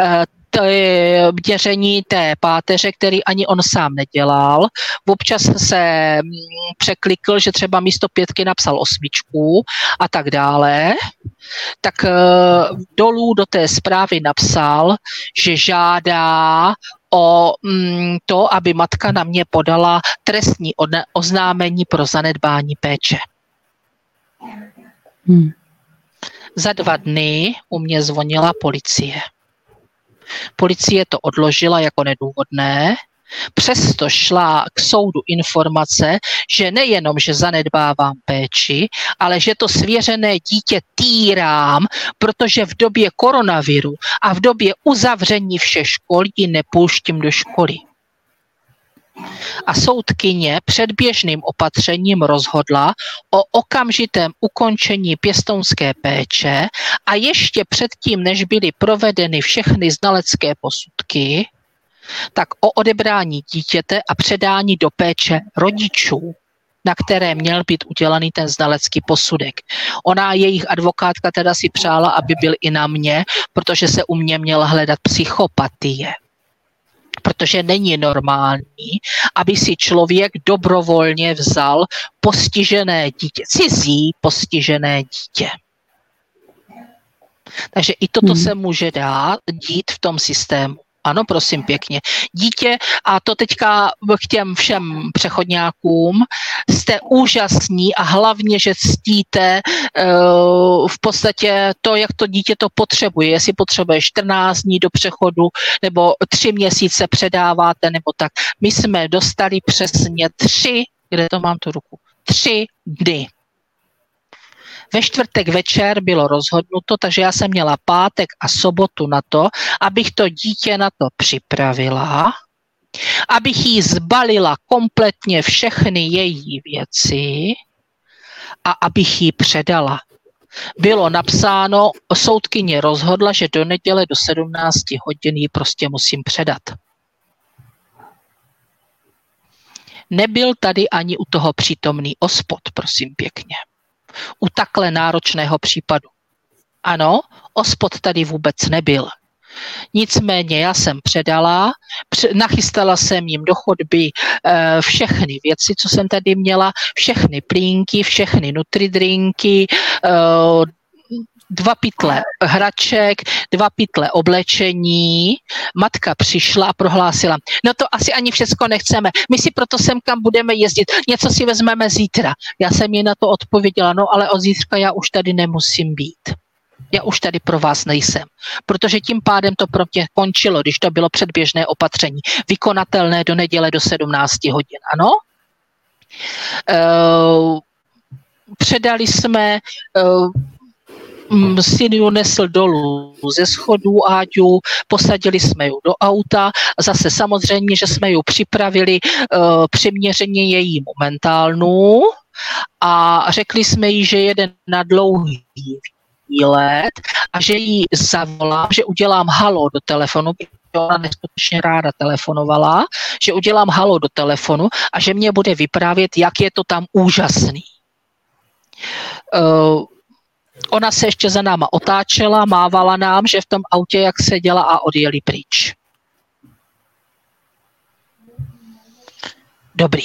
měření té páteře, který ani on sám nedělal. Občas se překlikl, že třeba místo pětky napsal osmičku a tak dále. Tak dolů do té zprávy napsal, že žádá o to, aby matka na mě podala trestní oznámení pro zanedbání péče. Hmm. Za dva dny u mě zvonila policie. Policie to odložila jako nedůvodné, přesto šla k soudu informace, že nejenom, že zanedbávám péči, ale že to svěřené dítě týrám, protože v době koronaviru a v době uzavření všech škol ji nepouštím do školy. A soudkyně předběžným opatřením rozhodla o okamžitém ukončení pěstounské péče a ještě předtím, než byly provedeny všechny znalecké posudky, tak o odebrání dítěte a předání do péče rodičů, na které měl být udělaný ten znalecký posudek. Ona, jejich advokátka, teda si přála, aby byl i na mě, protože se u mě měla hledat psychopatie. Protože není normální, aby si člověk dobrovolně vzal postižené dítě, cizí postižené dítě. Takže i toto hmm. se může dát, dít v tom systému. Ano, prosím pěkně. Dítě, a to teďka k těm všem přechodňákům, jste úžasní a hlavně, že ctíte uh, v podstatě to, jak to dítě to potřebuje. Jestli potřebuje čtrnáct dní do přechodu, nebo tři měsíce předáváte, nebo tak. My jsme dostali přesně tři, kde to mám tu ruku, tři dny. Ve čtvrtek večer bylo rozhodnuto, takže já jsem měla pátek a sobotu na to, abych to dítě na to připravila, abych jí zbalila kompletně všechny její věci a abych jí předala. Bylo napsáno, soudkyně rozhodla, že do neděle do sedmnácti hodin ji prostě musím předat. Nebyl tady ani u toho přítomný ospod, prosím pěkně. U takhle náročného případu. Ano, ospod tady vůbec nebyl. Nicméně já jsem předala, nachystala jsem jim do chodby e, všechny věci, co jsem tady měla, všechny plínky, všechny nutridrinky, e, dva pytle hraček, dva pytle oblečení. Matka přišla a prohlásila, no to asi ani všecko nechceme, my si proto sem kam budeme jezdit, něco si vezmeme zítra. Já jsem jí na to odpověděla, no ale od zítřka já už tady nemusím být. Já už tady pro vás nejsem, protože tím pádem to pro mě končilo, když to bylo předběžné opatření, vykonatelné do neděle do sedmnácti hodin, ano? Uh, předali jsme uh, syn ji nesl dolů ze schodů Áďu, posadili jsme ji do auta, zase samozřejmě, že jsme ji připravili uh, přiměřeně jejímu mentálnu a řekli jsme jí, že jede na dlouhý výlet a že jí zavolám, že udělám halo do telefonu, protože ona neskutečně ráda telefonovala, že udělám halo do telefonu a že mě bude vyprávět, jak je to tam úžasný. Uh, Ona se ještě za náma otáčela, mávala nám, že v tom autě jak seděla a odjeli pryč. Dobrý.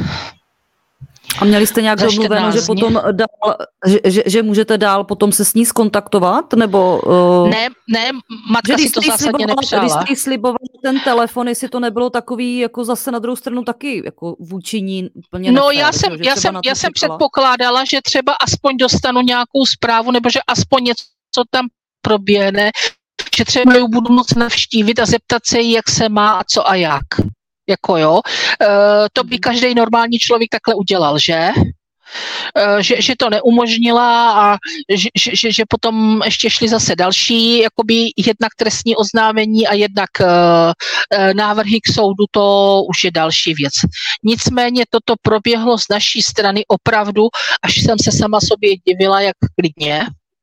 A měli jste nějak domluveno, že potom dál, že, že, že můžete dál potom se s ní skontaktovat? Nebo, uh, ne, ne, matka si to zásadně nepřála. Když jste sliboval ten telefon, jestli to nebylo takový, jako zase na druhou stranu taky jako vůči ní úplně No nefér, já jsem, že, já jsem, já jsem předpokládala, že třeba aspoň dostanu nějakou zprávu, nebo že aspoň něco tam proběhne, že třeba ji budu moct navštívit a zeptat se jí, jak se má a co a jak. Jako jo, e, to by každý normální člověk takhle udělal, že? E, že, že to neumožnila a že, že, že potom ještě šly zase další, jakoby jednak trestní oznámení a jednak e, e, návrhy k soudu, to už je další věc. Nicméně toto proběhlo z naší strany opravdu, až jsem se sama sobě divila, jak klidně.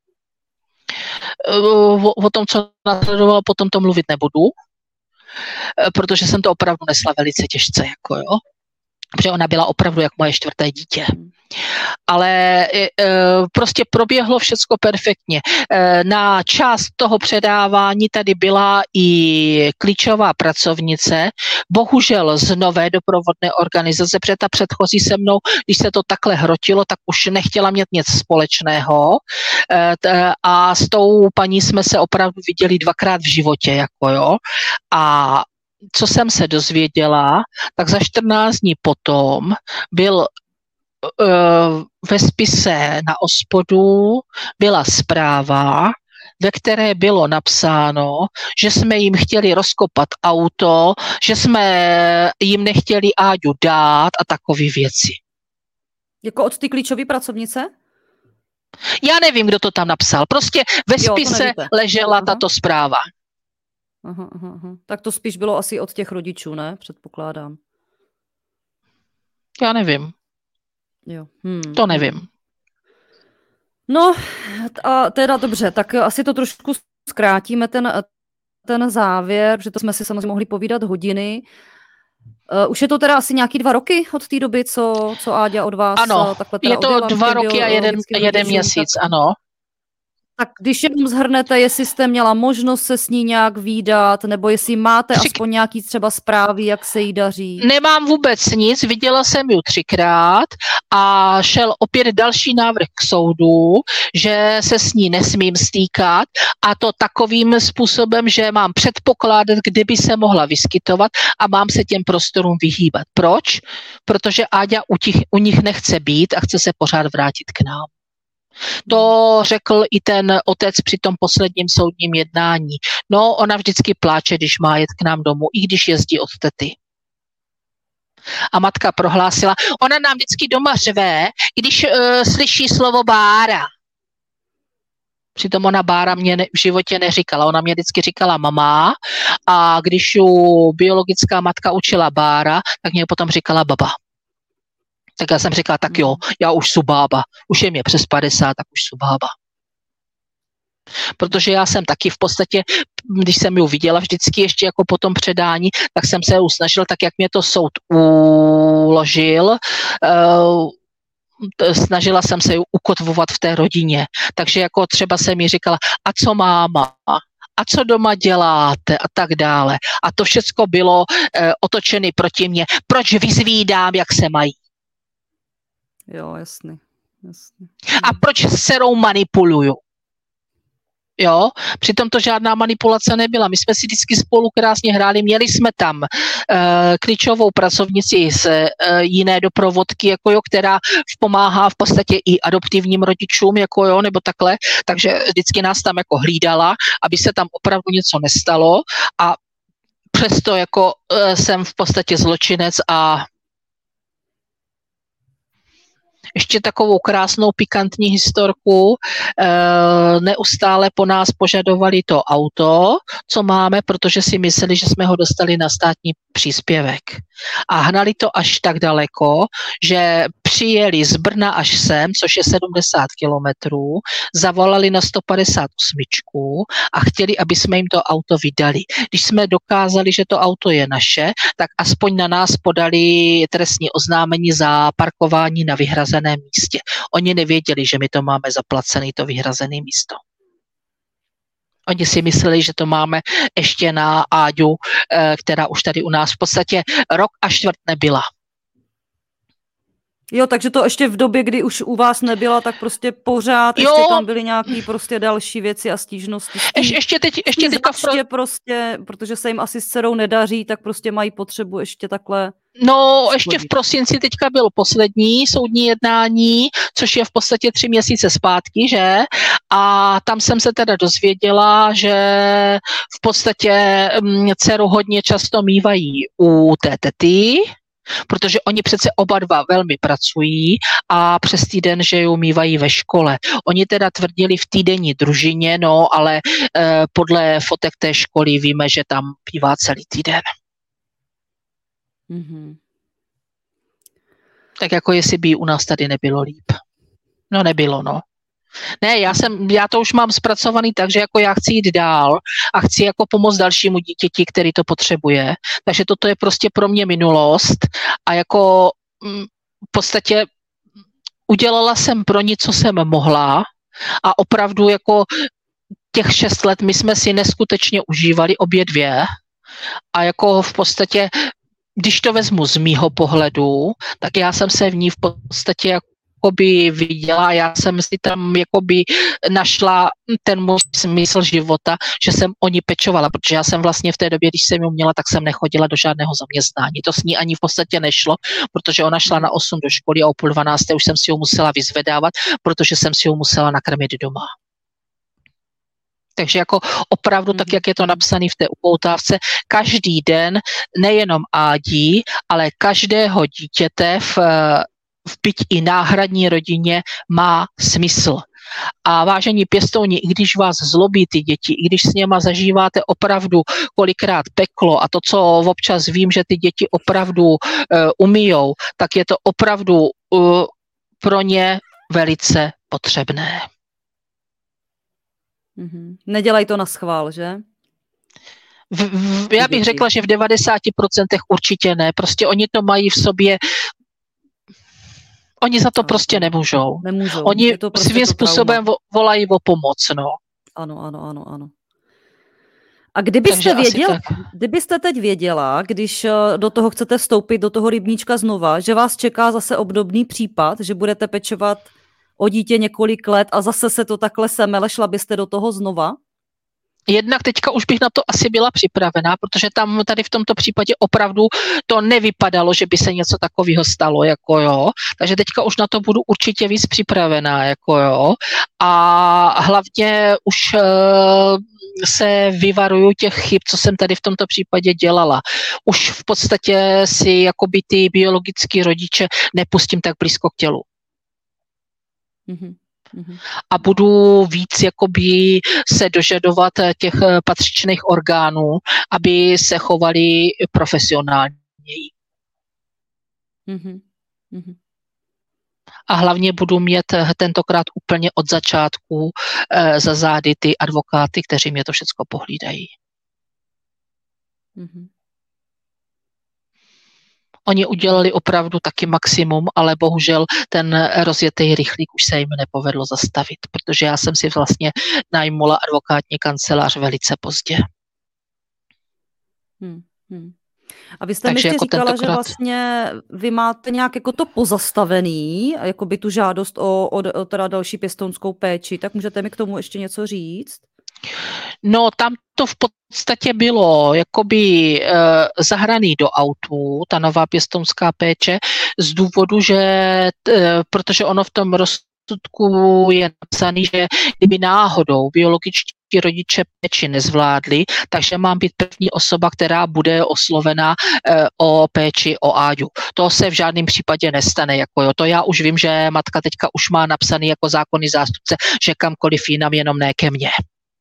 E, o, o tom, co následovalo, potom to mluvit nebudu, protože jsem to opravdu nesla velice těžce, jako jo. Protože ona byla opravdu jak moje čtvrté dítě. Ale e, prostě proběhlo všecko perfektně. E, na část toho předávání tady byla i klíčová pracovnice, bohužel z nové doprovodné organizace, protože ta předchozí se mnou, když se to takhle hrotilo, tak už nechtěla mít nic společného. E, t, a s tou paní jsme se opravdu viděli dvakrát v životě, jako jo. A co jsem se dozvěděla, tak za čtrnáct dní potom byl ve spise na OSPODu byla zpráva, ve které bylo napsáno, že jsme jim chtěli rozkopat auto, že jsme jim nechtěli Áďu dát a takové věci. Jako od ty klíčové pracovnice? Já nevím, kdo to tam napsal. Prostě ve spise jo, ležela aha. tato zpráva. Aha, aha, aha. Tak to spíš bylo asi od těch rodičů, ne? Předpokládám. Já nevím. Jo. Hmm. To nevím. No a teda dobře, tak asi to trošku zkrátíme ten, ten závěr, protože to jsme si samozřejmě mohli povídat hodiny. Uh, už je to teda asi nějaký dva roky od té doby, co, co Áďa od vás ano, takhle teda je to dva roky a jeden, jeden měsíc, tak, ano. Tak když jenom zhrnete, jestli jste měla možnost se s ní nějak vídat, nebo jestli máte Tři... aspoň nějaký třeba zprávy, jak se jí daří. Nemám vůbec nic, viděla jsem ji třikrát a šel opět další návrh k soudu, že se s ní nesmím stýkat a to takovým způsobem, že mám předpokládat, kdyby se mohla vyskytovat a mám se těm prostorům vyhýbat. Proč? Protože Áďa u, těch, u nich nechce být a chce se pořád vrátit k nám. To řekl i ten otec při tom posledním soudním jednání. No, ona vždycky pláče, když má jet k nám domů, i když jezdí od tety. A matka prohlásila, ona nám vždycky doma řve, když uh, slyší slovo Bára. Přitom ona Bára mě ne, v životě neříkala, ona mě vždycky říkala mama a když ju biologická matka učila Bára, tak mě potom říkala baba. Tak já jsem říkala, tak jo, já už jsou bába, už je mě přes padesát, tak už jsou bába. Protože já jsem taky v podstatě, když jsem ji viděla vždycky ještě jako po tom předání, tak jsem se usnažil, tak jak mě to soud uložil, uh, snažila jsem se ji ukotvovat v té rodině. Takže jako třeba jsem mi říkala, a co máma? A co doma děláte a tak dále. A to všecko bylo uh, otočené proti mně. Proč vyzvídám, jak se mají? Jo, jasný, jasný. A proč s dcerou manipuluju? Jo, přitom to žádná manipulace nebyla. My jsme si vždycky spolu krásně hráli, měli jsme tam uh, klíčovou pracovnici z uh, jiné doprovodky, jako jo, která pomáhá v podstatě i adoptivním rodičům, jako jo, nebo takhle, takže vždycky nás tam jako hlídala, aby se tam opravdu něco nestalo a přesto jako uh, jsem v podstatě zločinec a ještě takovou krásnou pikantní historku. E, neustále po nás požadovali to auto, co máme, protože si mysleli, že jsme ho dostali na státní příspěvek. A hnali to až tak daleko, že přijeli z Brna až sem, což je sedmdesát kilometrů, zavolali na sto padesát osm a chtěli, aby jsme jim to auto vydali. Když jsme dokázali, že to auto je naše, tak aspoň na nás podali trestní oznámení za parkování na vyhrazeném místě. Oni nevěděli, že my to máme zaplacené, to vyhrazené místo. Oni si mysleli, že to máme ještě na Áďu, která už tady u nás v podstatě rok a čtvrt nebyla. Jo, takže to ještě v době, kdy už u vás nebyla, tak prostě pořád jo. ještě tam byly nějaké prostě další věci a stížnosti. Ještě, ještě teď, ještě teď pro... prostě, protože se jim asi s dcerou nedaří, tak prostě mají potřebu ještě takhle. No, ještě v prosinci teďka byl poslední soudní jednání, což je v podstatě tři měsíce zpátky, že? A tam jsem se teda dozvěděla, že v podstatě dceru hodně často mívají u té tety, protože oni přece oba dva velmi pracují a přes týden, že ji mívají ve škole. Oni teda tvrdili v týdenní družině, no, ale eh, podle fotek té školy víme, že tam bývá celý týden. Mm-hmm. Tak jako jestli by u nás tady nebylo líp. No nebylo, no. Ne, já jsem, já to už mám zpracovaný tak, že jako já chci jít dál a chci jako pomoct dalšímu dítěti, který to potřebuje. Takže toto je prostě pro mě minulost a jako m, v podstatě udělala jsem pro ní, co jsem mohla a opravdu jako těch šest let my jsme si neskutečně užívali obě dvě a jako v podstatě, když to vezmu z mýho pohledu, tak já jsem se v ní v podstatě jakoby viděla, já jsem si tam jakoby našla ten můj smysl života, že jsem o ní pečovala, protože já jsem vlastně v té době, když jsem ji měla, tak jsem nechodila do žádného zaměstnání. To s ní ani v podstatě nešlo, protože ona šla na osm do školy a o půl dvanácté už jsem si ji musela vyzvedávat, protože jsem si ji musela nakrmit doma. Takže jako opravdu, tak jak je to napsané v té upoutávce, každý den nejenom Ádí, ale každého dítěte v, v byť i náhradní rodině má smysl. A vážení pěstouni, i když vás zlobí ty děti, i když s něma zažíváte opravdu kolikrát peklo a to, co občas vím, že ty děti opravdu uh, umíjou, tak je to opravdu uh, pro ně velice potřebné. Mm-hmm. Nedělají to na schvál, že? V, v, já bych řekla, že v devadesáti procentech určitě ne. Prostě oni to mají v sobě. Oni za to prostě nemůžou. nemůžou. Oni to prostě svým způsobem vo, volají o pomoc. No. Ano, ano, ano, ano. A kdybyste věděla, kdybyste teď věděla, když do toho chcete vstoupit, do toho rybníčka znova, že vás čeká zase obdobný případ, že budete pečovat o dítě několik let a zase se to takhle semele, šla byste do toho znova? Jednak teďka už bych na to asi byla připravená, protože tam tady v tomto případě opravdu to nevypadalo, že by se něco takového stalo, jako jo. Takže teďka už na to budu určitě víc připravená, jako jo. A hlavně už uh, se vyvaruju těch chyb, co jsem tady v tomto případě dělala. Už v podstatě si jakoby ty biologický rodiče nepustím tak blízko k tělu. Mm-hmm. A budu víc jakoby se dožadovat těch patřičných orgánů, aby se chovali profesionálněji. Mm-hmm. A hlavně budu mít tentokrát úplně od začátku eh, za zády ty advokáty, kteří mě to všechno pohlídají. Mm-hmm. Oni udělali opravdu taky maximum, ale bohužel ten rozjetý rychlík už se jim nepovedlo zastavit, protože já jsem si vlastně najmula advokátní kancelář velice pozdě. Hmm, hmm. A vy jste Takže mi ještě jako říkala, tentokrát... že vlastně vy máte nějak jako to pozastavený, jako by tu žádost o, o, o teda další pěstounskou péči, tak můžete mi k tomu ještě něco říct? No, tam to v podstatě bylo jakoby e, zahraný do autu, ta nová pěstounská péče, z důvodu, že e, protože ono v tom rozsudku je napsané, že kdyby náhodou biologičtí rodiče péči nezvládli, takže mám být první osoba, která bude oslovena e, o péči o Áďu. To se v žádném případě nestane. Jako jo. To já už vím, že matka teďka už má napsaný jako zákonný zástupce, že kamkoliv jinam, jenom ne ke mně.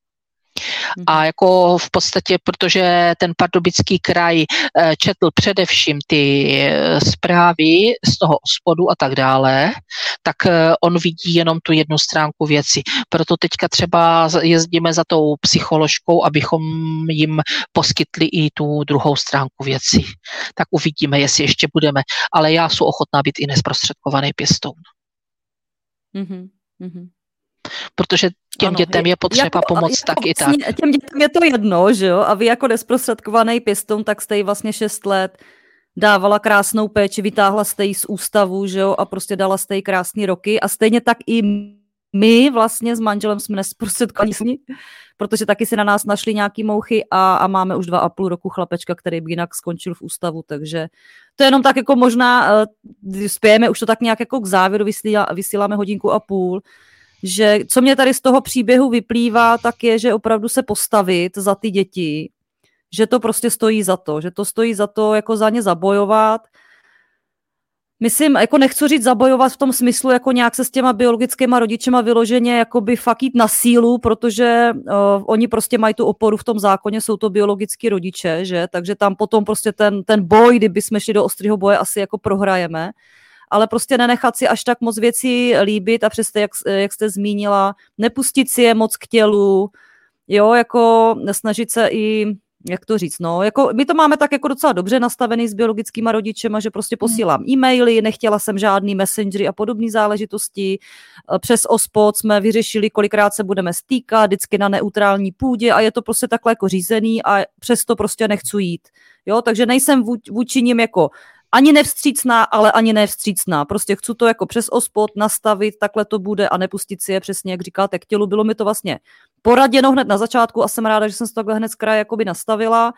A jako v podstatě, protože ten Pardubický kraj četl především ty zprávy z toho ospodu a tak dále, tak on vidí jenom tu jednu stránku věci. Proto teďka třeba jezdíme za tou psycholožkou, abychom jim poskytli i tu druhou stránku věci. Tak uvidíme, jestli ještě budeme. Ale já jsem ochotná být i nezprostředkovaný pěstoun. Mhm, mhm. Protože těm ano, dětem je potřeba jako, pomoct tak i tak. Těm dětem je to jedno, že jo? A vy jako nezprostředkovaný pěstoun, tak jste jí vlastně šest let dávala krásnou péči, vytáhla jste jí z ústavu, že jo? A prostě dala jste jí krásný roky. A stejně tak i my vlastně s manželem jsme nezprostředkovaní, protože taky si na nás našli nějaký mouchy a, a máme už dva a půl roku chlapečka, který by jinak skončil v ústavu, takže to je jenom tak jako možná, uh, spějeme už to tak nějak jako k závěru, vysílá, vysíláme hodinku a půl, že co mě tady z toho příběhu vyplývá, tak je, že opravdu se postavit za ty děti, že to prostě stojí za to, že to stojí za to jako za ně zabojovat. Myslím, jako nechci říct zabojovat v tom smyslu, jako nějak se s těma biologickýma rodičema vyloženě jakoby fakt jít na sílu, protože uh, oni prostě mají tu oporu v tom zákoně, jsou to biologický rodiče, že? Takže tam potom prostě ten, ten boj, kdyby jsme šli do ostrého boje, asi jako prohrajeme. Ale prostě nenechat si až tak moc věcí líbit a přesto, jak, jak jste zmínila, nepustit si je moc k tělu, jo, jako snažit se i, jak to říct, no, jako my to máme tak jako docela dobře nastavený s biologickýma rodičema, že prostě posílám e-maily, nechtěla jsem žádný messengery a podobné záležitosti, přes OSPOD jsme vyřešili, kolikrát se budeme stýkat, vždycky na neutrální půdě a je to prostě takhle jako řízený a přesto prostě nechci jít, jo, takže nejsem vůči nim jako ani nevstřícná, ale ani nevstřícná. Prostě chci to jako přes ospod nastavit, takhle to bude a nepustit si je přesně, jak říkáte, k tělu. Bylo mi to vlastně poraděno hned na začátku a jsem ráda, že jsem to takhle hned z kraje jakoby nastavila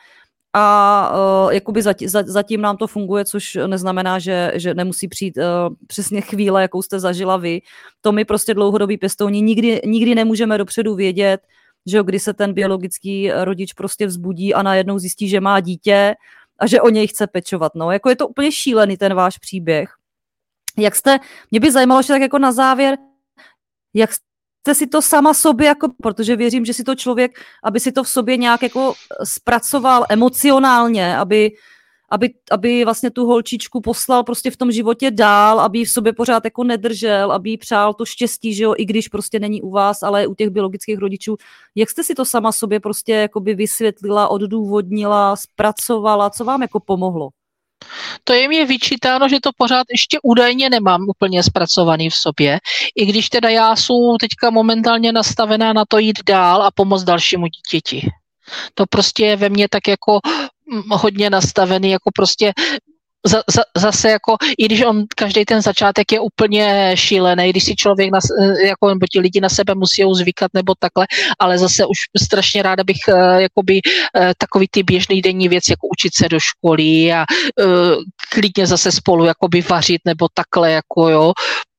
a uh, jakoby zatím, zatím nám to funguje, což neznamená, že, že nemusí přijít uh, přesně chvíle, jakou jste zažila vy. To my prostě dlouhodobí pěstouni nikdy, nikdy nemůžeme dopředu vědět, že jo, kdy se ten biologický rodič prostě vzbudí a najednou zjistí, že má dítě a že o něj chce pečovat. No, jako je to úplně šílený ten váš příběh. Jak jste, mě by zajímalo, že tak jako na závěr, jak jste si to sama sobě, jako, protože věřím, že si to člověk, aby si to v sobě nějak jako zpracoval emocionálně, aby, aby, aby vlastně tu holčičku poslal prostě v tom životě dál, aby ji v sobě pořád jako nedržel, aby jí přál to štěstí, že jo, i když prostě není u vás, ale u těch biologických rodičů. Jak jste si to sama sobě prostě jakoby vysvětlila, oddůvodnila, zpracovala, co vám jako pomohlo? To je mi vyčítáno, že to pořád ještě údajně nemám úplně zpracovaný v sobě, i když teda já jsem teďka momentálně nastavená na to jít dál a pomoct dalšímu dítěti. To prostě je ve mně tak jako hodně nastavený, jako prostě za, za, zase jako, i když on, každý ten začátek je úplně šílený, když si člověk, na, jako, nebo ti lidi na sebe musí zvykat nebo takhle, ale zase už strašně ráda bych jakoby takový ty běžný denní věc, jako učit se do školy a uh, klidně zase spolu jakoby vařit nebo takhle, jako jo.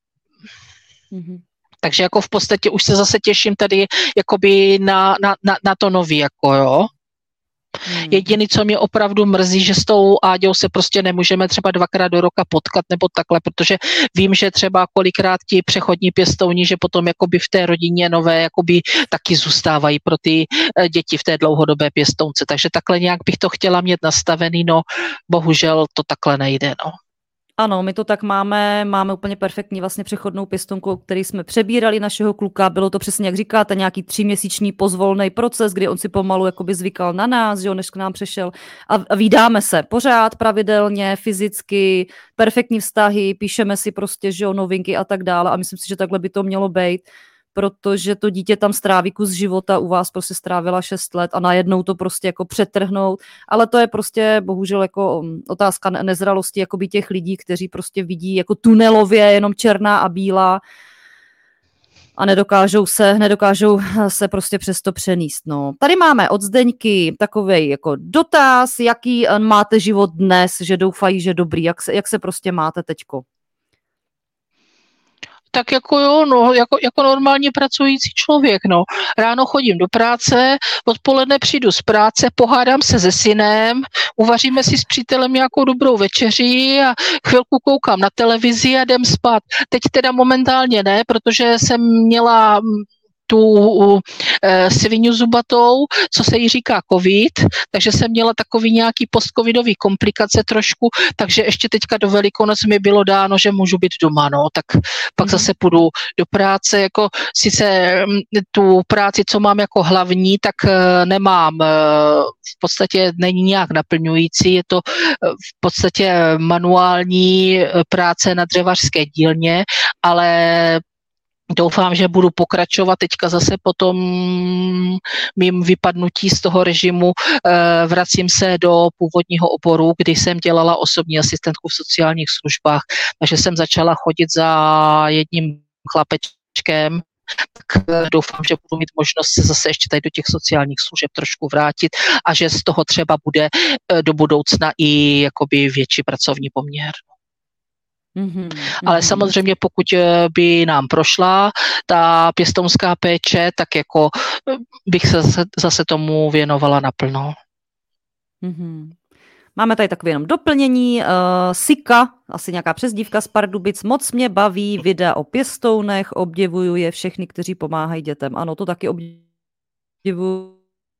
Mm-hmm. Takže jako v podstatě už se zase těším tady jakoby na, na, na, na to nový, jako jo. Hmm. Jediný, co mě opravdu mrzí, že s tou Áďou se prostě nemůžeme třeba dvakrát do roka potkat nebo takhle, protože vím, že třeba kolikrát ti přechodní pěstouni, že potom jakoby v té rodině nové jakoby taky zůstávají pro ty děti v té dlouhodobé pěstounce, takže takhle nějak bych to chtěla mít nastavený, no bohužel to takhle nejde, no. Ano, my to tak máme, máme úplně perfektní vlastně přechodnou pěstounku, který jsme přebírali našeho kluka, bylo to přesně, jak říkáte, nějaký tříměsíční pozvolný proces, kdy on si pomalu jakoby zvykal na nás, že jo, než k nám přešel a, a vídáme se pořád pravidelně, fyzicky, perfektní vztahy, píšeme si prostě, že jo, novinky a tak dále a myslím si, že takhle by to mělo být, protože to dítě tam stráví kus života, u vás prostě strávila šest let a najednou to prostě jako přetrhnout, ale to je prostě bohužel jako otázka nezralosti jakoby těch lidí, kteří prostě vidí jako tunelově jenom černá a bílá a nedokážou se, nedokážou se prostě přes to přenést. No. Tady máme od Zdeňky takovej jako dotaz, jaký máte život dnes, že doufají, že dobrý, jak se, jak se prostě máte teďko? Tak jako jo, no, jako, jako normálně pracující člověk, no. Ráno chodím do práce, odpoledne přijdu z práce, pohádám se se synem, uvaříme si s přítelem nějakou dobrou večeři a chvilku koukám na televizi a jdem spát. Teď teda momentálně ne, protože jsem měla tu uh, svinu zubatou, co se jí říká covid, takže jsem měla takový nějaký postcovidový komplikace trošku, takže ještě teďka do Velikonoc mi bylo dáno, že můžu být doma, no, tak pak mm. zase půjdu do práce, jako sice tu práci, co mám jako hlavní, tak uh, nemám, uh, v podstatě není nějak naplňující, je to uh, v podstatě manuální práce na dřevařské dílně, ale doufám, že budu pokračovat teďka zase po tom mým vypadnutí z toho režimu. Vracím se do původního oboru, kdy jsem dělala osobní asistentku v sociálních službách, takže jsem začala chodit za jedním chlapečkem, tak doufám, že budu mít možnost se zase ještě tady do těch sociálních služeb trošku vrátit a že z toho třeba bude do budoucna i jakoby větší pracovní poměr. Mm-hmm. Ale samozřejmě pokud by nám prošla ta pěstounská péče, tak jako bych se zase, zase tomu věnovala naplno. Mm-hmm. Máme tady takové jenom doplnění. Uh, Sika, asi nějaká přezdívka z Pardubic, moc mě baví videa o pěstounech, obdivuju je všechny, kteří pomáhají dětem. Ano, to taky obdivuju.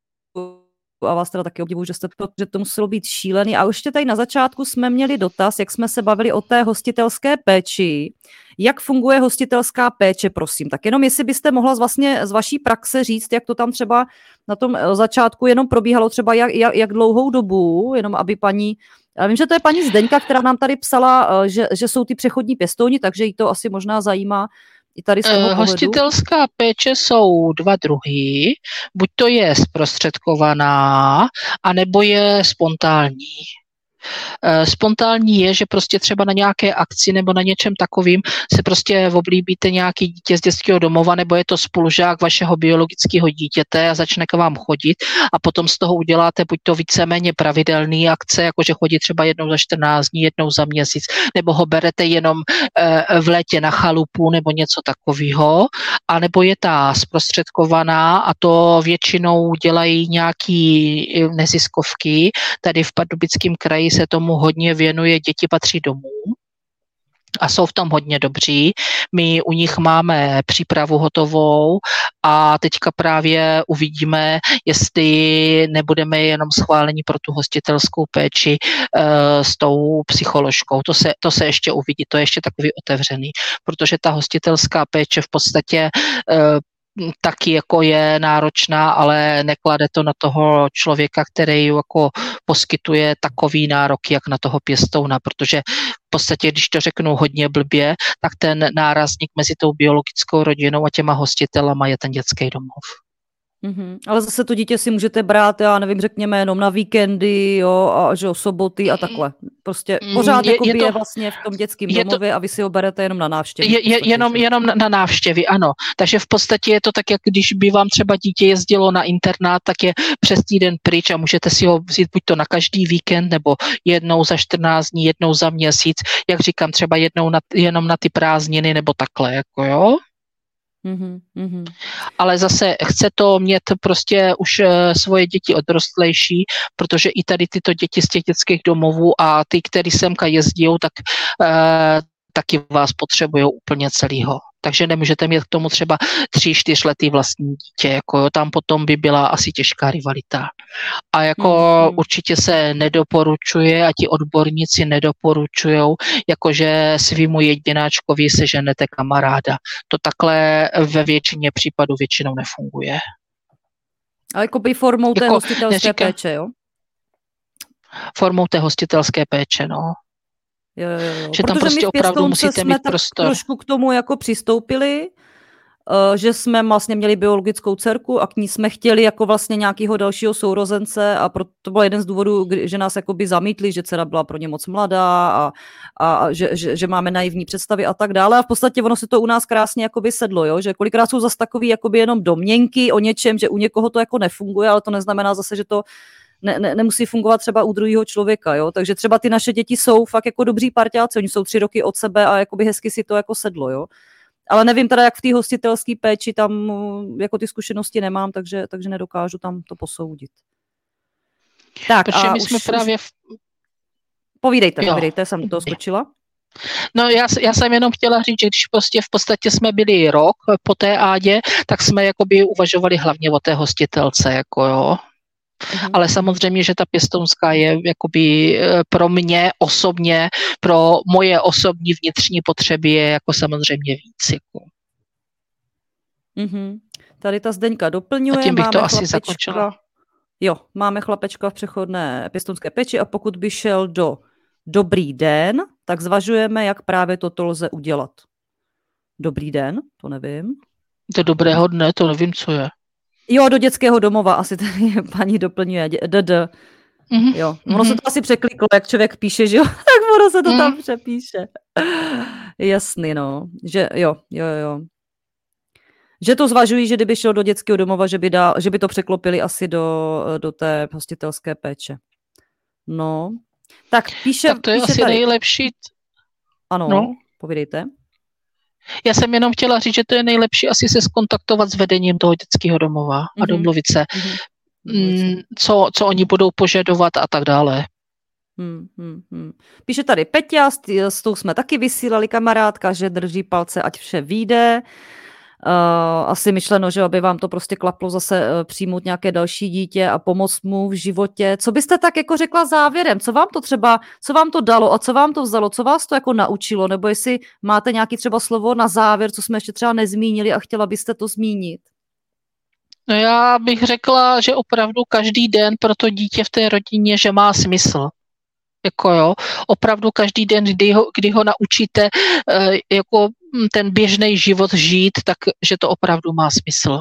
A vás teda taky obdivuju, že jste, že to muselo být šílený. A ještě tady na začátku jsme měli dotaz, jak jsme se bavili o té hostitelské péči. Jak funguje hostitelská péče, prosím? Tak jenom jestli byste mohla z, vlastně, z vaší praxe říct, jak to tam třeba na tom začátku jenom probíhalo třeba jak, jak, jak dlouhou dobu, jenom aby paní, já vím, že to je paní Zdeňka, která nám tady psala, že, že jsou ty přechodní pěstouni, takže jí to asi možná zajímá. I tady z toho hostitelská péče jsou dva druhy. Buď to je zprostředkovaná, anebo je spontánní. Spontánní je, že prostě třeba na nějaké akci nebo na něčem takovým se prostě oblíbíte nějaký dítě z dětského domova, nebo je to spolužák vašeho biologického dítěte a začne k vám chodit a potom z toho uděláte buď to víceméně pravidelný akce, jakože chodí třeba jednou za čtrnáct dní, jednou za měsíc, nebo ho berete jenom v létě na chalupu nebo něco takového, anebo je ta zprostředkovaná a to většinou dělají nějaký neziskovky. Tady v Pardubickém kraji se tomu hodně věnuje Děti patří domů a jsou v tom hodně dobří. My u nich máme přípravu hotovou a teďka právě uvidíme, jestli nebudeme jenom schválení pro tu hostitelskou péči e, s tou psycholožkou. To se, to se ještě uvidí, to je ještě takový otevřený, protože ta hostitelská péče v podstatě e, taky jako je náročná, ale neklade to na toho člověka, který jako poskytuje takový nároky, jak na toho pěstouna, protože v podstatě, když to řeknu hodně blbě, tak ten nárazník mezi tou biologickou rodinou a těma hostitelama je ten dětský domov. Mm-hmm. Ale zase to dítě si můžete brát, já nevím, řekněme jenom na víkendy, jo, a že o soboty a takhle. Prostě pořád je, je, to, je vlastně v tom dětském domově to, a vy si ho berete jenom na návštěvy. Je, je, jenom, jenom na, na návštěvy, ano. Takže v podstatě je to tak, jak když by vám třeba dítě jezdilo na internát, tak je přes týden pryč a můžete si ho vzít buď to na každý víkend, nebo jednou za čtrnáct dní, jednou za měsíc, jak říkám, třeba jednou na, jenom na ty prázdniny, nebo takhle, jako jo. Mm-hmm, mm-hmm. Ale zase chce to mít prostě už svoje děti odrostlejší, protože i tady tyto děti z těch dětských domovů a ty, který semka jezdí, tak eh, taky vás potřebují úplně celýho. Takže nemůžete mít k tomu třeba tři, čtyř letý vlastní dítě, jako jo, tam potom by byla asi těžká rivalita. A jako mm. určitě se nedoporučuje a ti odborníci nedoporučujou, jakože svýmu jedináčkovi seženete kamaráda. To takhle ve většině případů většinou nefunguje. Ale jako by formou té jako, hostitelské neříká, péče, jo? Formou té hostitelské péče, no. Jo, jo, jo. Že tam prostě opravdu musíte mít prostor. Trošku k tomu jako přistoupili, uh, že jsme vlastně měli biologickou dcerku a k ní jsme chtěli jako vlastně nějakého dalšího sourozence a proto to byl jeden z důvodů, kdy, že nás jakoby zamítli, že dcera byla pro ně moc mladá a, a, a že, že, že máme naivní představy a tak dále a v podstatě ono se to u nás krásně jakoby sedlo, jo? Že kolikrát jsou zase takový jakoby jenom domněnky o něčem, že u někoho to jako nefunguje, ale to neznamená zase, že to Ne, ne, nemusí fungovat třeba u druhého člověka, jo? Takže třeba ty naše děti jsou fakt jako dobří parťáci, oni jsou tři roky od sebe a jakoby hezky si to jako sedlo, jo? Ale nevím teda, jak v té hostitelské péči tam jako ty zkušenosti nemám, takže, takže nedokážu tam to posoudit. Tak Protože a my už, jsme právě... V... Povídejte, jo. povídejte, jsem do toho skočila. No já, já jsem jenom chtěla říct, že když prostě v podstatě jsme byli rok po té Ádě, tak jsme jakoby uvažovali hlavně o té hostitelce, jako jo. Uhum. Ale samozřejmě, že ta pěstounská je jakoby pro mě osobně, pro moje osobní vnitřní potřeby je jako samozřejmě víc. Jako. Uhum. Tady ta Zdeňka doplňuje. A tím bych máme to asi zakončila. Jo, máme chlapečka v přechodné pěstounské péči a pokud by šel do Dobrý den, tak zvažujeme, jak právě toto lze udělat. Dobrý den, to nevím. Do dobrého dne, to nevím, co je. Jo, do dětského domova, asi tady paní doplňuje, D D. Mm-hmm. Jo, ono mm-hmm. se to asi překliklo, jak člověk píše, že jo, tak ono se to mm. tam přepíše. Jasný, no, že jo, jo, jo. Že to zvažují, že kdyby šel do dětského domova, že by, dal, že by to překlopili asi do, do té hostitelské péče. No, tak píše... Tak to je píše asi tady. nejlepší... Ano, no. Povídejte. Já jsem jenom chtěla říct, že to je nejlepší asi se skontaktovat s vedením toho dětského domova mm-hmm. a domluvit se, mm-hmm. co, co oni budou požadovat a tak dále. Hmm, hmm, hmm. Píše tady Peťa, s, s tou jsme taky vysílali kamarádka, že drží palce, ať vše vyjde. Uh, asi myšleno, že aby vám to prostě klaplo zase uh, přijmout nějaké další dítě a pomoct mu v životě. Co byste tak jako řekla závěrem? Co vám to třeba, co vám to dalo a co vám to vzalo? Co vás to jako naučilo? Nebo jestli máte nějaký třeba slovo na závěr, co jsme ještě třeba nezmínili a chtěla byste to zmínit? No já bych řekla, že opravdu každý den pro to dítě v té rodině, že má smysl. Jako jo, opravdu každý den, kdy ho, kdy ho naučíte uh, jako ten běžný život žít, tak že to opravdu má smysl.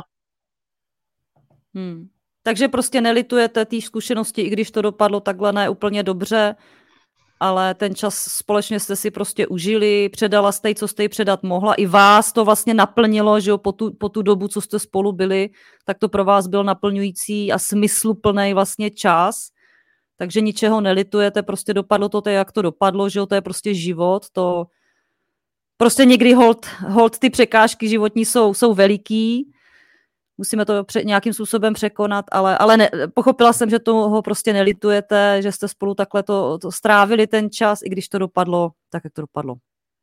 Hmm. Takže prostě nelitujete té zkušenosti, i když to dopadlo takhle ne úplně dobře, ale ten čas společně jste si prostě užili, předala jste jí, co jste jí předat mohla, i vás to vlastně naplnilo, že jo, po tu, po tu dobu, co jste spolu byli, tak to pro vás byl naplňující a smysluplný vlastně čas, takže ničeho nelitujete, prostě dopadlo to tak, jak to dopadlo, že jo, to je prostě život, to prostě někdy hold, hold ty překážky životní jsou, jsou veliký, musíme to pře- nějakým způsobem překonat, ale, ale ne, pochopila jsem, že toho prostě nelitujete, že jste spolu takhle to, to strávili ten čas, i když to dopadlo tak, jak to dopadlo.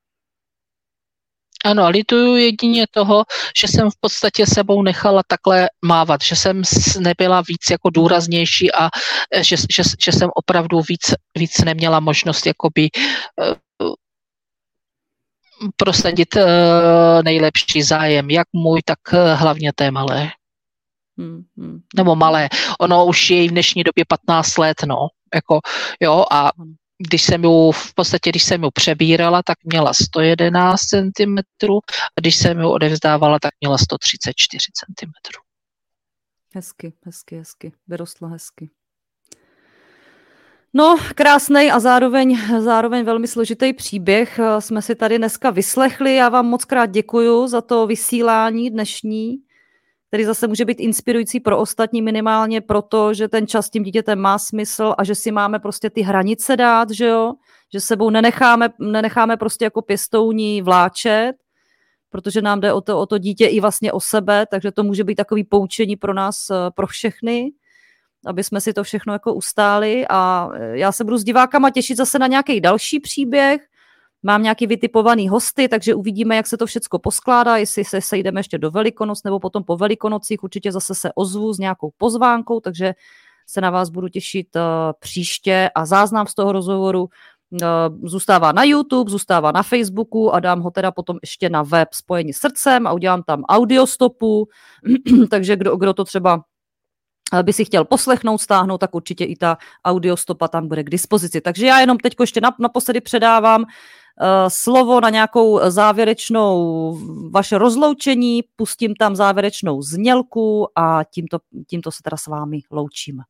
Ano, lituju jedině toho, že jsem v podstatě sebou nechala takhle mávat, že jsem nebyla víc jako důraznější a že, že, že jsem opravdu víc, víc neměla možnost jakoby uh, prosadit uh, nejlepší zájem, jak můj, tak uh, hlavně té malé. Hmm, hmm. Nebo malé. Ono už je v dnešní době patnáct let, no. Jako, jo, a když jsem ju, v podstatě, když jsem ju přebírala, tak měla sto jedenáct centimetrů a když jsem ju odevzdávala, tak měla sto třicet čtyři centimetrů. Hezky, hezky, hezky. Vyrostla hezky. No, krásnej a zároveň, zároveň velmi složitý příběh jsme si tady dneska vyslechli. Já vám moc krát děkuju za to vysílání dnešní, který zase může být inspirující pro ostatní, minimálně proto, že ten čas s tím dítětem má smysl a že si máme prostě ty hranice dát, že jo, že sebou nenecháme, nenecháme prostě jako pěstouni vláčet, protože nám jde o to, o to dítě i vlastně o sebe, takže to může být takový poučení pro nás, pro všechny, aby jsme si to všechno jako ustáli a já se budu s divákama těšit zase na nějaký další příběh. Mám nějaký vytipovaný hosty, takže uvidíme, jak se to všecko poskládá, jestli se sejdeme ještě do Velikonoc nebo potom po Velikonocích. Určitě zase se ozvu s nějakou pozvánkou, takže se na vás budu těšit uh, příště a záznam z toho rozhovoru uh, zůstává na YouTube, zůstává na Facebooku a dám ho teda potom ještě na web Spojení srdcem a udělám tam audiostopu, takže kdo, kdo to třeba by si chtěl poslechnout, stáhnout, tak určitě i ta audiostopa tam bude k dispozici. Takže já jenom teď ještě naposledy předávám uh, slovo na nějakou závěrečnou vaše rozloučení, pustím tam závěrečnou znělku a tímto, tímto se teda s vámi loučím.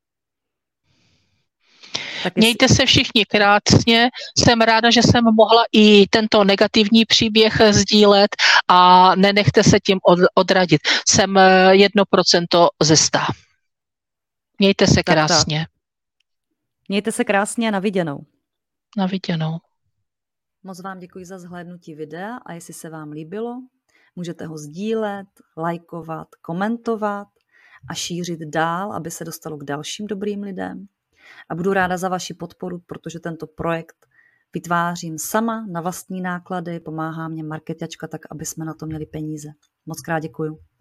Tak mějte se všichni krásně, jsem ráda, že jsem mohla i tento negativní příběh sdílet a nenechte se tím od, odradit. Jsem jedno procento ze sta. Mějte se krásně. Tak, tak. Mějte se krásně a na viděnou. Na viděnou. Moc vám děkuji za zhlédnutí videa a jestli se vám líbilo, můžete ho sdílet, lajkovat, komentovat a šířit dál, aby se dostalo k dalším dobrým lidem. A budu ráda za vaši podporu, protože tento projekt vytvářím sama na vlastní náklady, pomáhá mě marketačka tak, aby jsme na to měli peníze. Moc krát děkuju.